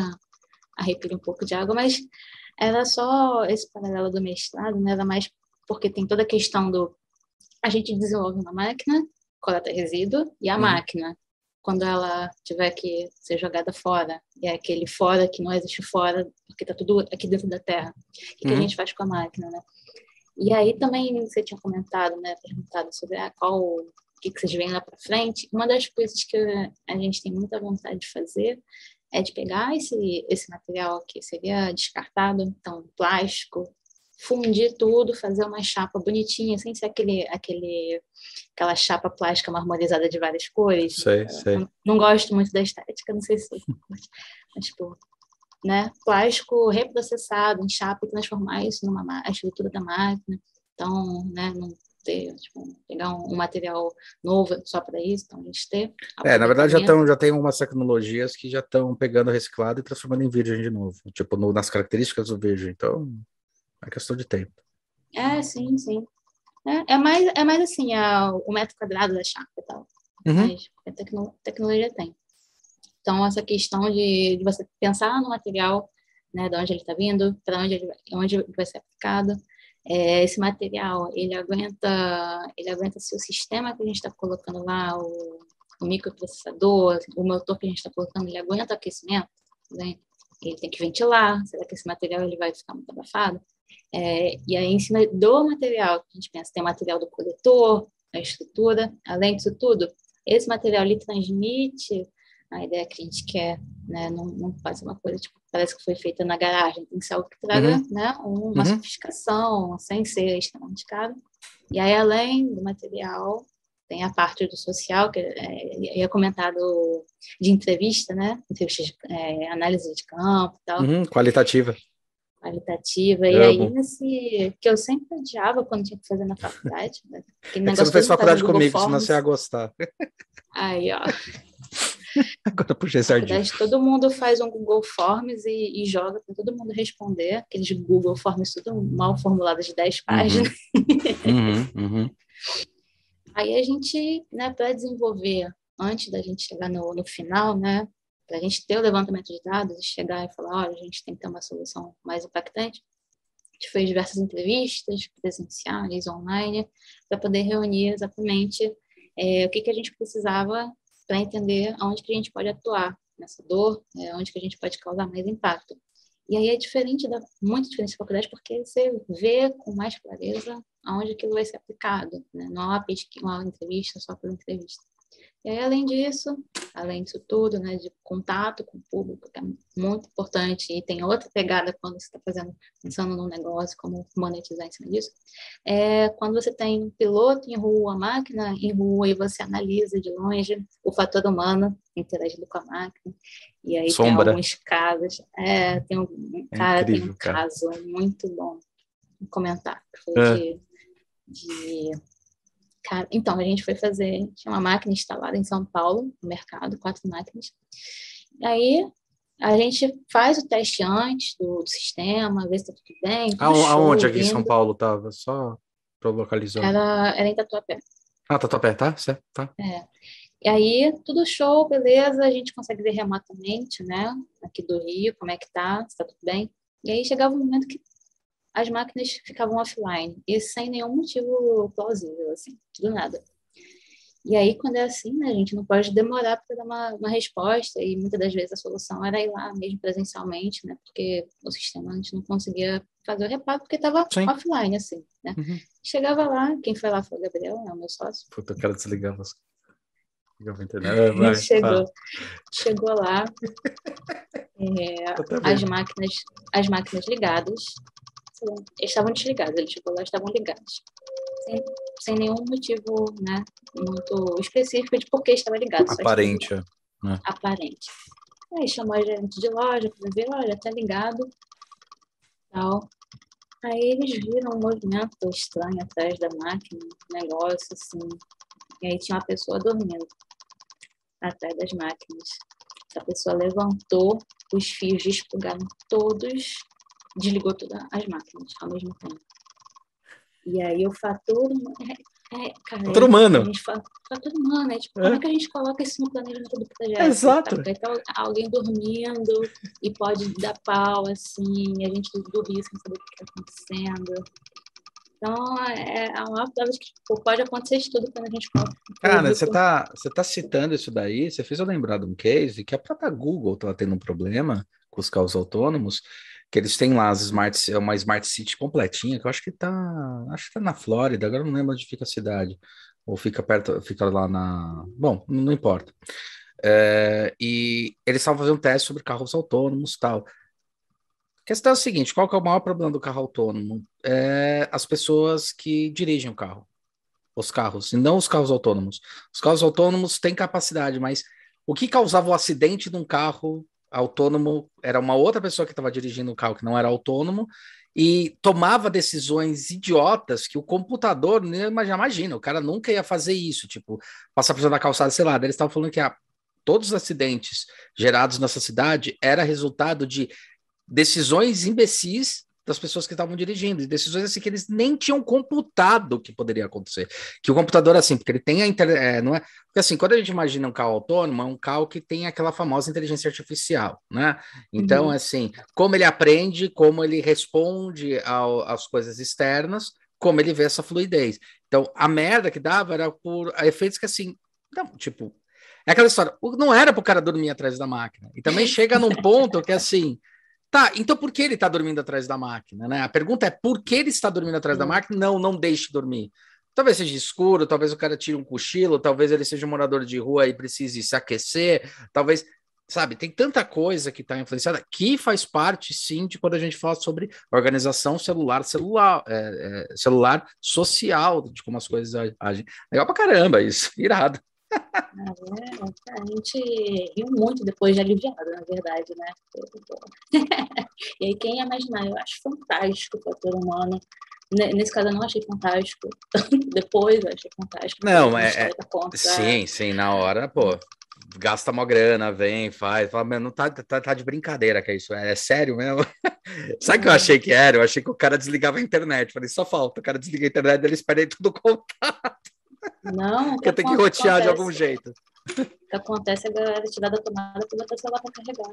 Speaker 2: a repelir um pouco de água, mas era só esse paralelo do mestrado, né? Era mais porque tem toda a questão do. A gente desenvolve uma máquina, coleta resíduo, e a
Speaker 1: Uhum.
Speaker 2: máquina, quando ela tiver que ser jogada fora, e é aquele fora que não existe fora, porque está tudo aqui dentro da Terra, o que, que a
Speaker 1: Uhum.
Speaker 2: gente faz com a máquina, né? E aí também você tinha comentado, né, perguntado sobre ah, qual, o que, que vocês veem lá para frente. Uma das coisas que a gente tem muita vontade de fazer é de pegar esse, esse material que seria descartado, então plástico, fundir tudo, fazer uma chapa bonitinha, sem ser aquele, aquele, aquela chapa plástica marmorizada de várias cores.
Speaker 1: Sei, sei.
Speaker 2: Eu não gosto muito da estética, não sei se você curte, mas, tipo, né, plástico reprocessado em chapa e transformar isso numa a estrutura da máquina. Então, né, não ter, tipo, pegar um, um material novo só para isso, então a gente ter
Speaker 1: É, na verdade já
Speaker 2: aproveitamento.
Speaker 1: estão, já tem umas tecnologias que já estão pegando reciclado e transformando em virgem de novo, tipo no, nas características do virgem. Então, é questão de tempo.
Speaker 2: É, sim, sim. É, é mais, é mais assim, é o metro quadrado da chapa e tal.
Speaker 1: Uhum.
Speaker 2: Mas a tecno, tecnologia tem. Então, essa questão de, de você pensar no material, né, de onde ele está vindo, para onde ele, onde ele vai ser aplicado. É, esse material, ele aguenta, ele aguenta se o sistema que a gente está colocando lá, o, o microprocessador, o motor que a gente está colocando, ele aguenta aquecimento, né? Ele tem que ventilar, será que esse material ele vai ficar muito abafado? É, e aí, em cima do material, a gente pensa, tem o material do coletor, a estrutura, além disso tudo, esse material ele transmite a ideia que a gente quer, né? Não, não pode ser uma coisa, tipo, parece que foi feita na garagem, tem que ser algo que traga,
Speaker 1: Uhum.
Speaker 2: né, uma
Speaker 1: Uhum.
Speaker 2: sofisticação, sem ser extremamente caro. E aí, além do material, tem a parte do social, que é, é comentado de entrevista, né? Entrevista de é, análise de campo e tal.
Speaker 1: Uhum. Qualitativa.
Speaker 2: Qualitativa. E aí,
Speaker 1: Amo.
Speaker 2: nesse que eu sempre odiava quando tinha que fazer na faculdade, né? Aquele
Speaker 1: É que você não
Speaker 2: negócio todo
Speaker 1: fez
Speaker 2: mundo faz no
Speaker 1: faculdade
Speaker 2: Google
Speaker 1: comigo, senão você ia
Speaker 2: Forms.
Speaker 1: gostar.
Speaker 2: Aí, ó,
Speaker 1: Agora puxei sardinha.
Speaker 2: faculdade, todo mundo faz um Google Forms e, e joga para todo mundo responder. Aqueles Google Forms tudo mal formulados de dez páginas.
Speaker 1: Uhum. Uhum. Uhum.
Speaker 2: Aí a gente, né, para desenvolver, antes da gente chegar no, no final, né, para a gente ter o levantamento de dados e chegar e falar, olha, a gente tem que ter uma solução mais impactante, a gente fez diversas entrevistas presenciais, online, para poder reunir exatamente é, o que, que a gente precisava para entender aonde que a gente pode atuar nessa dor, é, onde que a gente pode causar mais impacto. E aí é diferente, da, muito diferente da faculdade, porque você vê com mais clareza aonde aquilo vai ser aplicado, né? Não é uma, pesquisa, uma entrevista só pela entrevista. E aí, além disso, além disso tudo, né, de contato com o público, que é muito importante, e tem outra pegada quando você está fazendo, pensando num negócio, como monetizar em cima disso, é quando você tem um piloto em rua, máquina em rua, e você analisa de longe o fator humano interagindo com a máquina, e aí tem
Speaker 1: Sombra.
Speaker 2: alguns casos, é, tem um
Speaker 1: É
Speaker 2: cara,
Speaker 1: incrível,
Speaker 2: tem um
Speaker 1: cara.
Speaker 2: caso muito bom, um comentário, que foi
Speaker 1: É.
Speaker 2: de... de Cara, então, a gente foi fazer, tinha uma máquina instalada em São Paulo, no mercado, quatro máquinas. Aí, a gente faz o teste antes do, do sistema, vê se tá tudo bem, tudo
Speaker 1: Aon- Aonde
Speaker 2: show,
Speaker 1: aqui em São
Speaker 2: lindo.
Speaker 1: Paulo tava? Só pra eu localizar.
Speaker 2: Era, era em Tatuapé.
Speaker 1: Ah, Tatuapé, tá? Certo, tá.
Speaker 2: É. E aí, tudo show, beleza, a gente consegue ver remotamente, né, aqui do Rio, como é que tá, se tá tudo bem. E aí, chegava um momento que as máquinas ficavam offline, e sem nenhum motivo plausível, assim, do nada. E aí, quando é assim, né, a gente não pode demorar para dar uma, uma resposta, e muitas das vezes a solução era ir lá mesmo presencialmente, né, porque o sistema a gente não conseguia fazer o reparo, porque estava
Speaker 1: Sim.
Speaker 2: offline, assim, né.
Speaker 1: Uhum.
Speaker 2: Chegava lá, quem foi lá foi o Gabriel, né, o meu sócio.
Speaker 1: Puta, eu quero desligar você. Desligava a internet. É, vai,
Speaker 2: chegou,
Speaker 1: fala.
Speaker 2: chegou lá, é,
Speaker 1: Eu
Speaker 2: as
Speaker 1: também.
Speaker 2: máquinas, as máquinas ligadas, eles estavam desligadas, eles chegou lá, estavam ligados. Sem, sem nenhum motivo, né, muito específico de por que estava ligado, só estava ligado.
Speaker 1: Aparente, né?
Speaker 2: Aparente. Aí chamou a gerente de loja para ver, olha, tá ligado, tal. Aí eles viram um movimento estranho atrás da máquina, um negócio assim. E aí tinha uma pessoa dormindo atrás das máquinas. Essa pessoa levantou, os fios desplugaram todos, desligou todas as máquinas ao mesmo tempo. E aí o fator... É, é, cara,
Speaker 1: Fator
Speaker 2: é,
Speaker 1: humano.
Speaker 2: a gente fala, fator humano, é, tipo,
Speaker 1: É.
Speaker 2: como é que a gente coloca isso no planejamento do projeto?
Speaker 1: Exato.
Speaker 2: Tá? Vai estar alguém dormindo e pode dar pau, assim, e a gente dormir sem saber o que está acontecendo. Então, é, é uma prova de que tipo, pode acontecer isso tudo quando a gente coloca no
Speaker 1: Cara, você
Speaker 2: público.
Speaker 1: tá, você tá citando isso daí, você fez eu lembrar de um case que a própria Google estava tendo um problema com os carros autônomos, que eles têm lá as smart, uma Smart City completinha, que eu acho que tá, acho que tá na Flórida, agora eu não lembro onde fica a cidade, ou fica perto, fica lá na... Bom, não importa. É, e eles estavam fazendo um teste sobre carros autônomos e tal. A questão é a seguinte, qual que é o maior problema do carro autônomo? É as pessoas que dirigem o carro. Os carros, e não os carros autônomos. Os carros autônomos têm capacidade, mas o que causava o acidente de um carro autônomo era uma outra pessoa que estava dirigindo o carro que não era autônomo e tomava decisões idiotas que o computador, né, já imagina, o cara nunca ia fazer isso, tipo, passar por cima da calçada, sei lá, eles estavam falando que ah, todos os acidentes gerados nessa cidade era resultado de decisões imbecis das pessoas que estavam dirigindo, decisões assim que eles nem tinham computado que poderia acontecer. Que o computador, assim, porque ele tem a internet, é, não é? Porque assim, quando a gente imagina um carro autônomo, é um carro que tem aquela famosa inteligência artificial, né? Então,
Speaker 2: Uhum.
Speaker 1: assim, como ele aprende, como ele responde ao, às coisas externas, como ele vê essa fluidez. Então, a merda que dava era por efeitos que, assim, não, tipo, é aquela história, não era pro cara dormir atrás da máquina. E também chega num ponto que, assim, tá, então por que ele está dormindo atrás da máquina, né? A pergunta é por que ele está dormindo atrás da
Speaker 2: Sim.
Speaker 1: máquina? Não, não deixe dormir. Talvez seja escuro, talvez o cara tire um cochilo, talvez ele seja um morador de rua e precise se aquecer, talvez, sabe, tem tanta coisa que está influenciada que faz parte, sim, de quando a gente fala sobre organização celular, celular, é, é, celular social, de como as coisas agem. Legal pra caramba isso, irado.
Speaker 2: É, a gente riu muito depois de aliviado, na verdade, né? E aí, quem ia imaginar? Eu acho fantástico o fator humano. Nesse caso, eu não achei fantástico. Depois, eu achei fantástico.
Speaker 1: Não,
Speaker 2: Uma
Speaker 1: é,
Speaker 2: história
Speaker 1: é
Speaker 2: pra contar.
Speaker 1: sim, sim, na hora, pô, gasta uma grana, vem, faz, fala, meu, não tá, tá, tá de brincadeira que é isso, é, é sério mesmo? Sabe o que eu achei que era? Eu achei que o cara desligava a internet, falei, só falta, o cara desliga a internet, eles perdem tudo o contato,
Speaker 2: Não, o que
Speaker 1: que eu tenho que rotear
Speaker 2: acontece?
Speaker 1: de algum jeito.
Speaker 2: O que acontece é a galera tirar da tomada para botar o celular para carregar.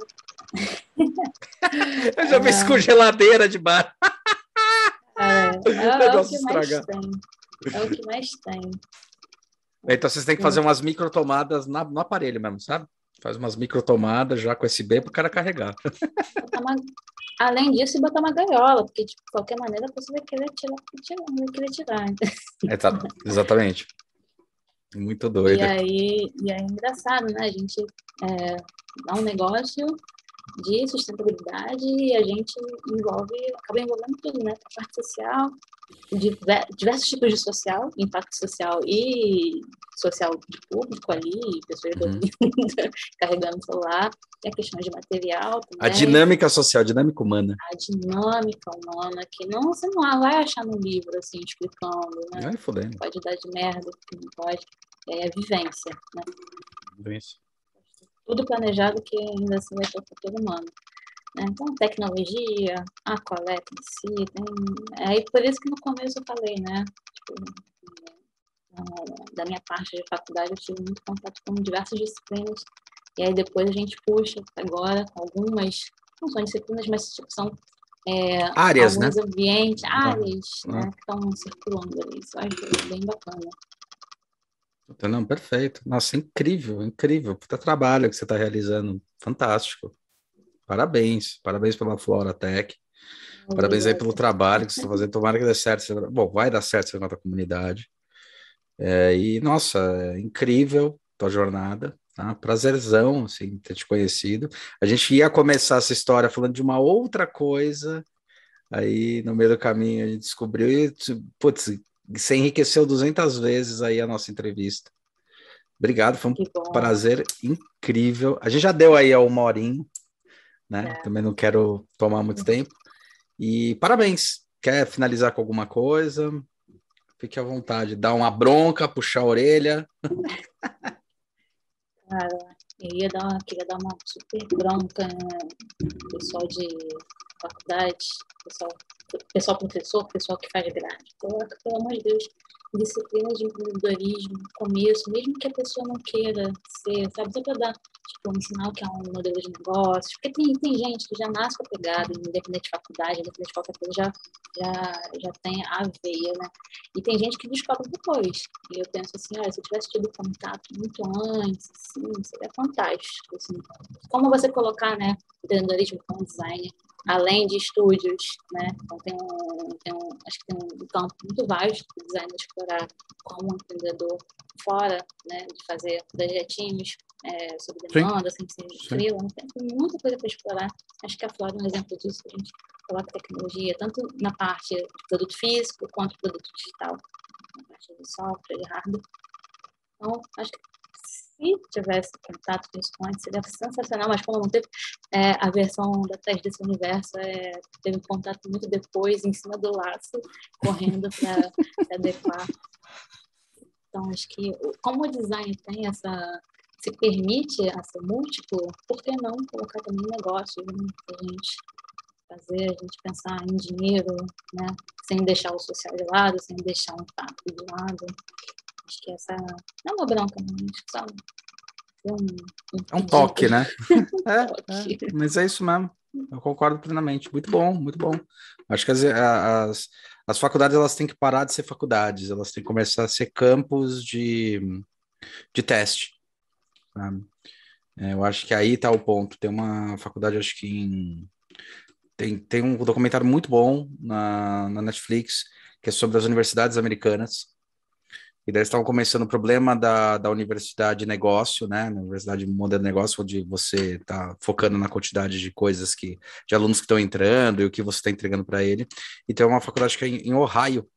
Speaker 1: Eu já vi isso com geladeira de bar.
Speaker 2: É, é, é o
Speaker 1: Negócio
Speaker 2: que mais
Speaker 1: estragar.
Speaker 2: tem. É o que mais tem.
Speaker 1: Então vocês têm que fazer umas micro tomadas na, no aparelho mesmo, sabe? Faz umas micro tomadas já com U S B para o cara carregar.
Speaker 2: Uma... Além disso, botar uma gaiola, porque de qualquer maneira você vai querer tirar, tirar não vai querer tirar.
Speaker 1: Exa- exatamente. Muito
Speaker 2: E
Speaker 1: doida.
Speaker 2: aí, e é engraçado, né? A gente é, dá um negócio de sustentabilidade e a gente envolve, acaba envolvendo tudo, né? A parte social, diversos tipos de social, impacto social e social de público ali, pessoas
Speaker 1: Uhum.
Speaker 2: dormindo, carregando o celular, tem a questão de material
Speaker 1: A
Speaker 2: também,
Speaker 1: dinâmica social, a dinâmica humana.
Speaker 2: a dinâmica humana, que não, você não vai achar no livro, assim, explicando, né?
Speaker 1: Ai, fodendo.
Speaker 2: Pode dar de merda, que não pode, é a vivência, né?
Speaker 1: Isso.
Speaker 2: Tudo planejado que ainda assim vai ser para todo mundo. Né? Então, tecnologia, a coleta em si, tem... É por isso que no começo eu falei, né? Tipo, da minha parte de faculdade, eu tive muito contato com diversas disciplinas, e aí depois a gente puxa agora com algumas, não são disciplinas, mas tipo, são é,
Speaker 1: Áreas, né?
Speaker 2: alguns ambientes,
Speaker 1: Ah,
Speaker 2: áreas,
Speaker 1: ah.
Speaker 2: né, que estão circulando ali. Isso eu acho bem bacana.
Speaker 1: Não, perfeito. Nossa, incrível, incrível. Puta trabalho que você está realizando. Fantástico. Parabéns. Parabéns pela Flora Tech. Parabéns aí
Speaker 2: Obrigada.
Speaker 1: pelo trabalho que você está fazendo. Tomara que dê certo. Bom, vai dar certo você na comunidade. É, e, nossa, é incrível tua jornada. Tá? Prazerzão, assim, ter te conhecido. A gente ia começar essa história falando de uma outra coisa. Aí, no meio do caminho, a gente descobriu e, putz, você enriqueceu duzentas vezes aí a nossa entrevista. Obrigado, foi um
Speaker 2: Que bom.
Speaker 1: prazer incrível. A gente já deu aí a uma horinha, né?
Speaker 2: É.
Speaker 1: Também não quero tomar muito tempo. E parabéns. Quer finalizar com alguma coisa? Fique à vontade. Dar uma bronca, puxar a orelha.
Speaker 2: Cara, eu ia dar, queria dar uma super bronca, né? Pessoal de faculdade, pessoal, pessoal professor, pessoal que faz grade. Coloca, pelo amor de Deus, disciplinas de empreendedorismo, começo, mesmo que a pessoa não queira ser, sabe, só para dar, tipo, ensinar o que é um modelo de negócio, porque tem, tem gente que já nasce com a pegada, independente de faculdade, independente de qualquer coisa, já, já, já tem a veia, né? E tem gente que descobre depois. E eu penso assim, olha, se eu tivesse tido contato muito antes, assim, seria fantástico, assim. Como você colocar, né, empreendedorismo com design, além de estúdios, né? Então tem um, tem um, acho que tem um campo muito vasto para o designer explorar como um empreendedor fora, né, de fazer projetinhos é, sob
Speaker 1: Sim,
Speaker 2: demanda, sem ser
Speaker 1: sim.
Speaker 2: freelance, tem muita coisa para explorar. Acho que a Flora é um exemplo disso, que a gente coloca tecnologia tanto na parte de produto físico quanto produto digital, na parte de software e hardware. Então, acho que se tivesse contato com isso antes, seria sensacional, mas como não teve, é, a versão da teste desse universo é, teve contato muito depois, em cima do laço, correndo para se adequar. Então, acho que como o design tem essa, se permite a ser múltiplo, por que não colocar também negócio, né, para a gente fazer, a gente pensar em dinheiro, né, sem deixar o social de lado, sem deixar o impacto de lado. Acho que essa não é uma bronca, não, acho que só um, um
Speaker 1: É um
Speaker 2: pedido,
Speaker 1: toque, né?
Speaker 2: um
Speaker 1: É, é,
Speaker 2: toque.
Speaker 1: mas é isso mesmo. Eu concordo plenamente. Muito bom, muito bom. Acho que as, as, as faculdades elas têm que parar de ser faculdades, elas têm que começar a ser campos de, de teste. Sabe? É, eu acho que aí está o ponto. Tem uma faculdade, acho que em, tem, tem um documentário muito bom na, na Netflix, que é sobre as universidades americanas. E daí eles estavam começando o problema da, da universidade negócio, né? Na universidade modelo negócio, onde você está focando na quantidade de coisas que, de alunos que estão entrando e o que você está entregando para ele. E tem uma faculdade que é em, em Ohio,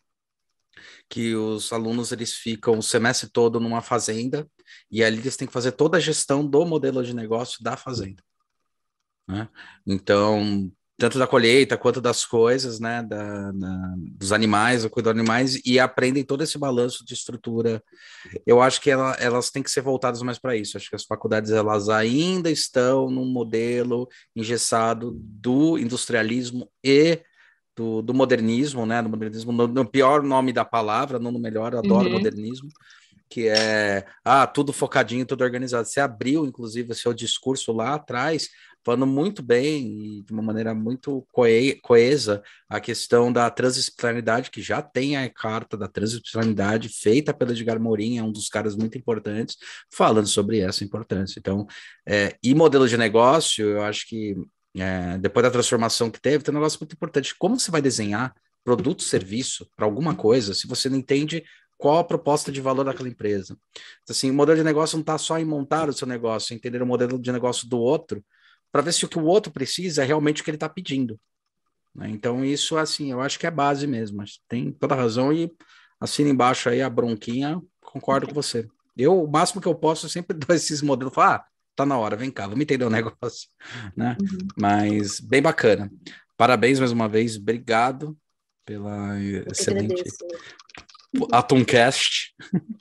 Speaker 1: que os alunos eles ficam o semestre todo numa fazenda e ali eles têm que fazer toda a gestão do modelo de negócio da fazenda, né? Então, tanto da colheita quanto das coisas, né, da, da, dos animais, o cuidado dos animais, e aprendem todo esse balanço de estrutura. Eu acho que ela, elas têm que ser voltadas mais para isso. Acho que as faculdades elas ainda estão num modelo engessado do industrialismo e do, do modernismo, né? Do modernismo, no, no pior nome da palavra, não no melhor, eu adoro
Speaker 2: Uhum.
Speaker 1: modernismo, que é ah, tudo focadinho, tudo organizado. Você abriu, inclusive, o seu discurso lá atrás, falando muito bem e de uma maneira muito coe coesa a questão da transdisciplinaridade, que já tem a carta da transdisciplinaridade feita pelo Edgar Morin, é um dos caras muito importantes, falando sobre essa importância. Então, é, e modelo de negócio, eu acho que é, depois da transformação que teve, tem um negócio muito importante. Como você vai desenhar produto, serviço para alguma coisa, se você não entende qual a proposta de valor daquela empresa. Assim, o modelo de negócio não está só em montar o seu negócio, entender o modelo de negócio do outro, para ver se o que o outro precisa é realmente o que ele está pedindo. Né? Então, isso, assim, eu acho que é base mesmo. Mas tem toda a razão e assina embaixo aí a bronquinha, concordo com você. Eu, o máximo que eu posso, eu sempre dou esses modelos, falo, ah, tá na hora, vem cá, vamos entender o negócio, né? Uhum. Mas bem bacana. Parabéns mais uma vez, obrigado pela eu excelente Atomcast.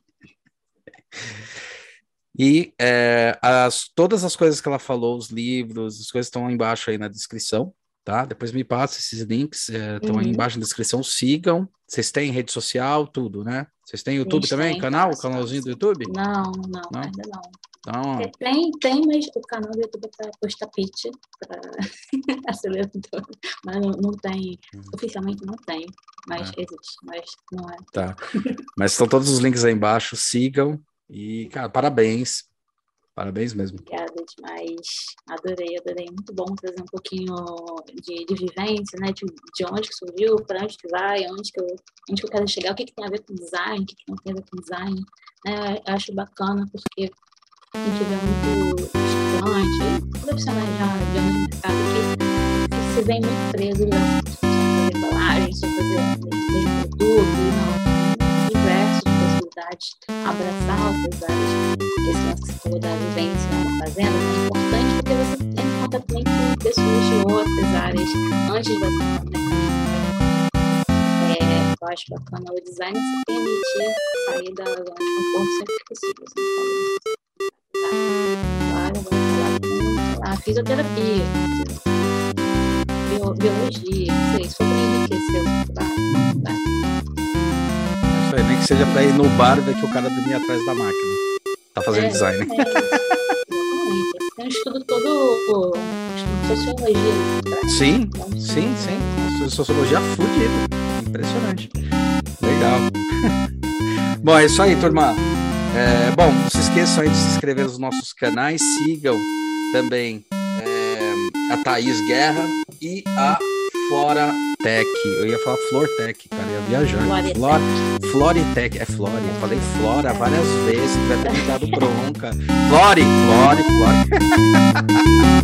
Speaker 1: E é, as, todas as coisas que ela falou, os livros, as coisas estão embaixo aí na descrição, tá? Depois me passa esses links, estão é, uhum. aí embaixo na descrição, sigam. Vocês têm rede social, tudo, né? Vocês têm YouTube Gente, também, tem, canal, faço, canalzinho faço. do YouTube?
Speaker 2: Não, não, não, ainda não.
Speaker 1: Então...
Speaker 2: É, tem, tem, mas o canal do YouTube é para postar pitch, para acelerador, mas não, não tem, uhum. oficialmente não tem, mas é. existe, mas não é.
Speaker 1: Tá, mas estão todos os links aí embaixo, sigam e, cara, parabéns, parabéns mesmo.
Speaker 2: Obrigada demais, adorei, adorei, muito bom trazer um pouquinho de, de vivência, né, de, de onde que surgiu, para onde que vai, onde que eu, onde que eu quero chegar, o que que tem a ver com design, o que que não tem a ver com design, né, eu acho bacana, porque a gente vê muito estudante, profissionais já de mercado que se vem muito preso a fazer embalagem, só fazer mesmo produto, não, diversas possibilidades, abraçar outras áreas. Esse lance que você falou da vivência na fazenda é importante porque você entra em contato também com pessoas de outras áreas antes de você é, eu acho bacana o design se permitir sair da zona de conforto sempre que possível. Assim, claro, vamos falar com a fisioterapia, bio, biologia, não sei, isso foi para enriquecer o trabalho. Tá?
Speaker 1: Isso aí, nem que seja para ir no bar ver que o cara dormia atrás da máquina. Tá fazendo é, design.
Speaker 2: É, exatamente. Tem um estudo todo, um estudo de sociologia.
Speaker 1: Sim, então, sim, sim. Sociologia fudida. Impressionante. Legal. Bom, é isso aí, turma. É, bom, não se esqueçam aí de se inscrever nos nossos canais, sigam também é, a Thaís Guerra e a Flora Tech. Eu ia falar Flortech, cara, eu ia viajar. Flora, Floritech, é Flori, eu falei Flora várias vezes, vai ter me dado bronca. Flori, Flori, Flori.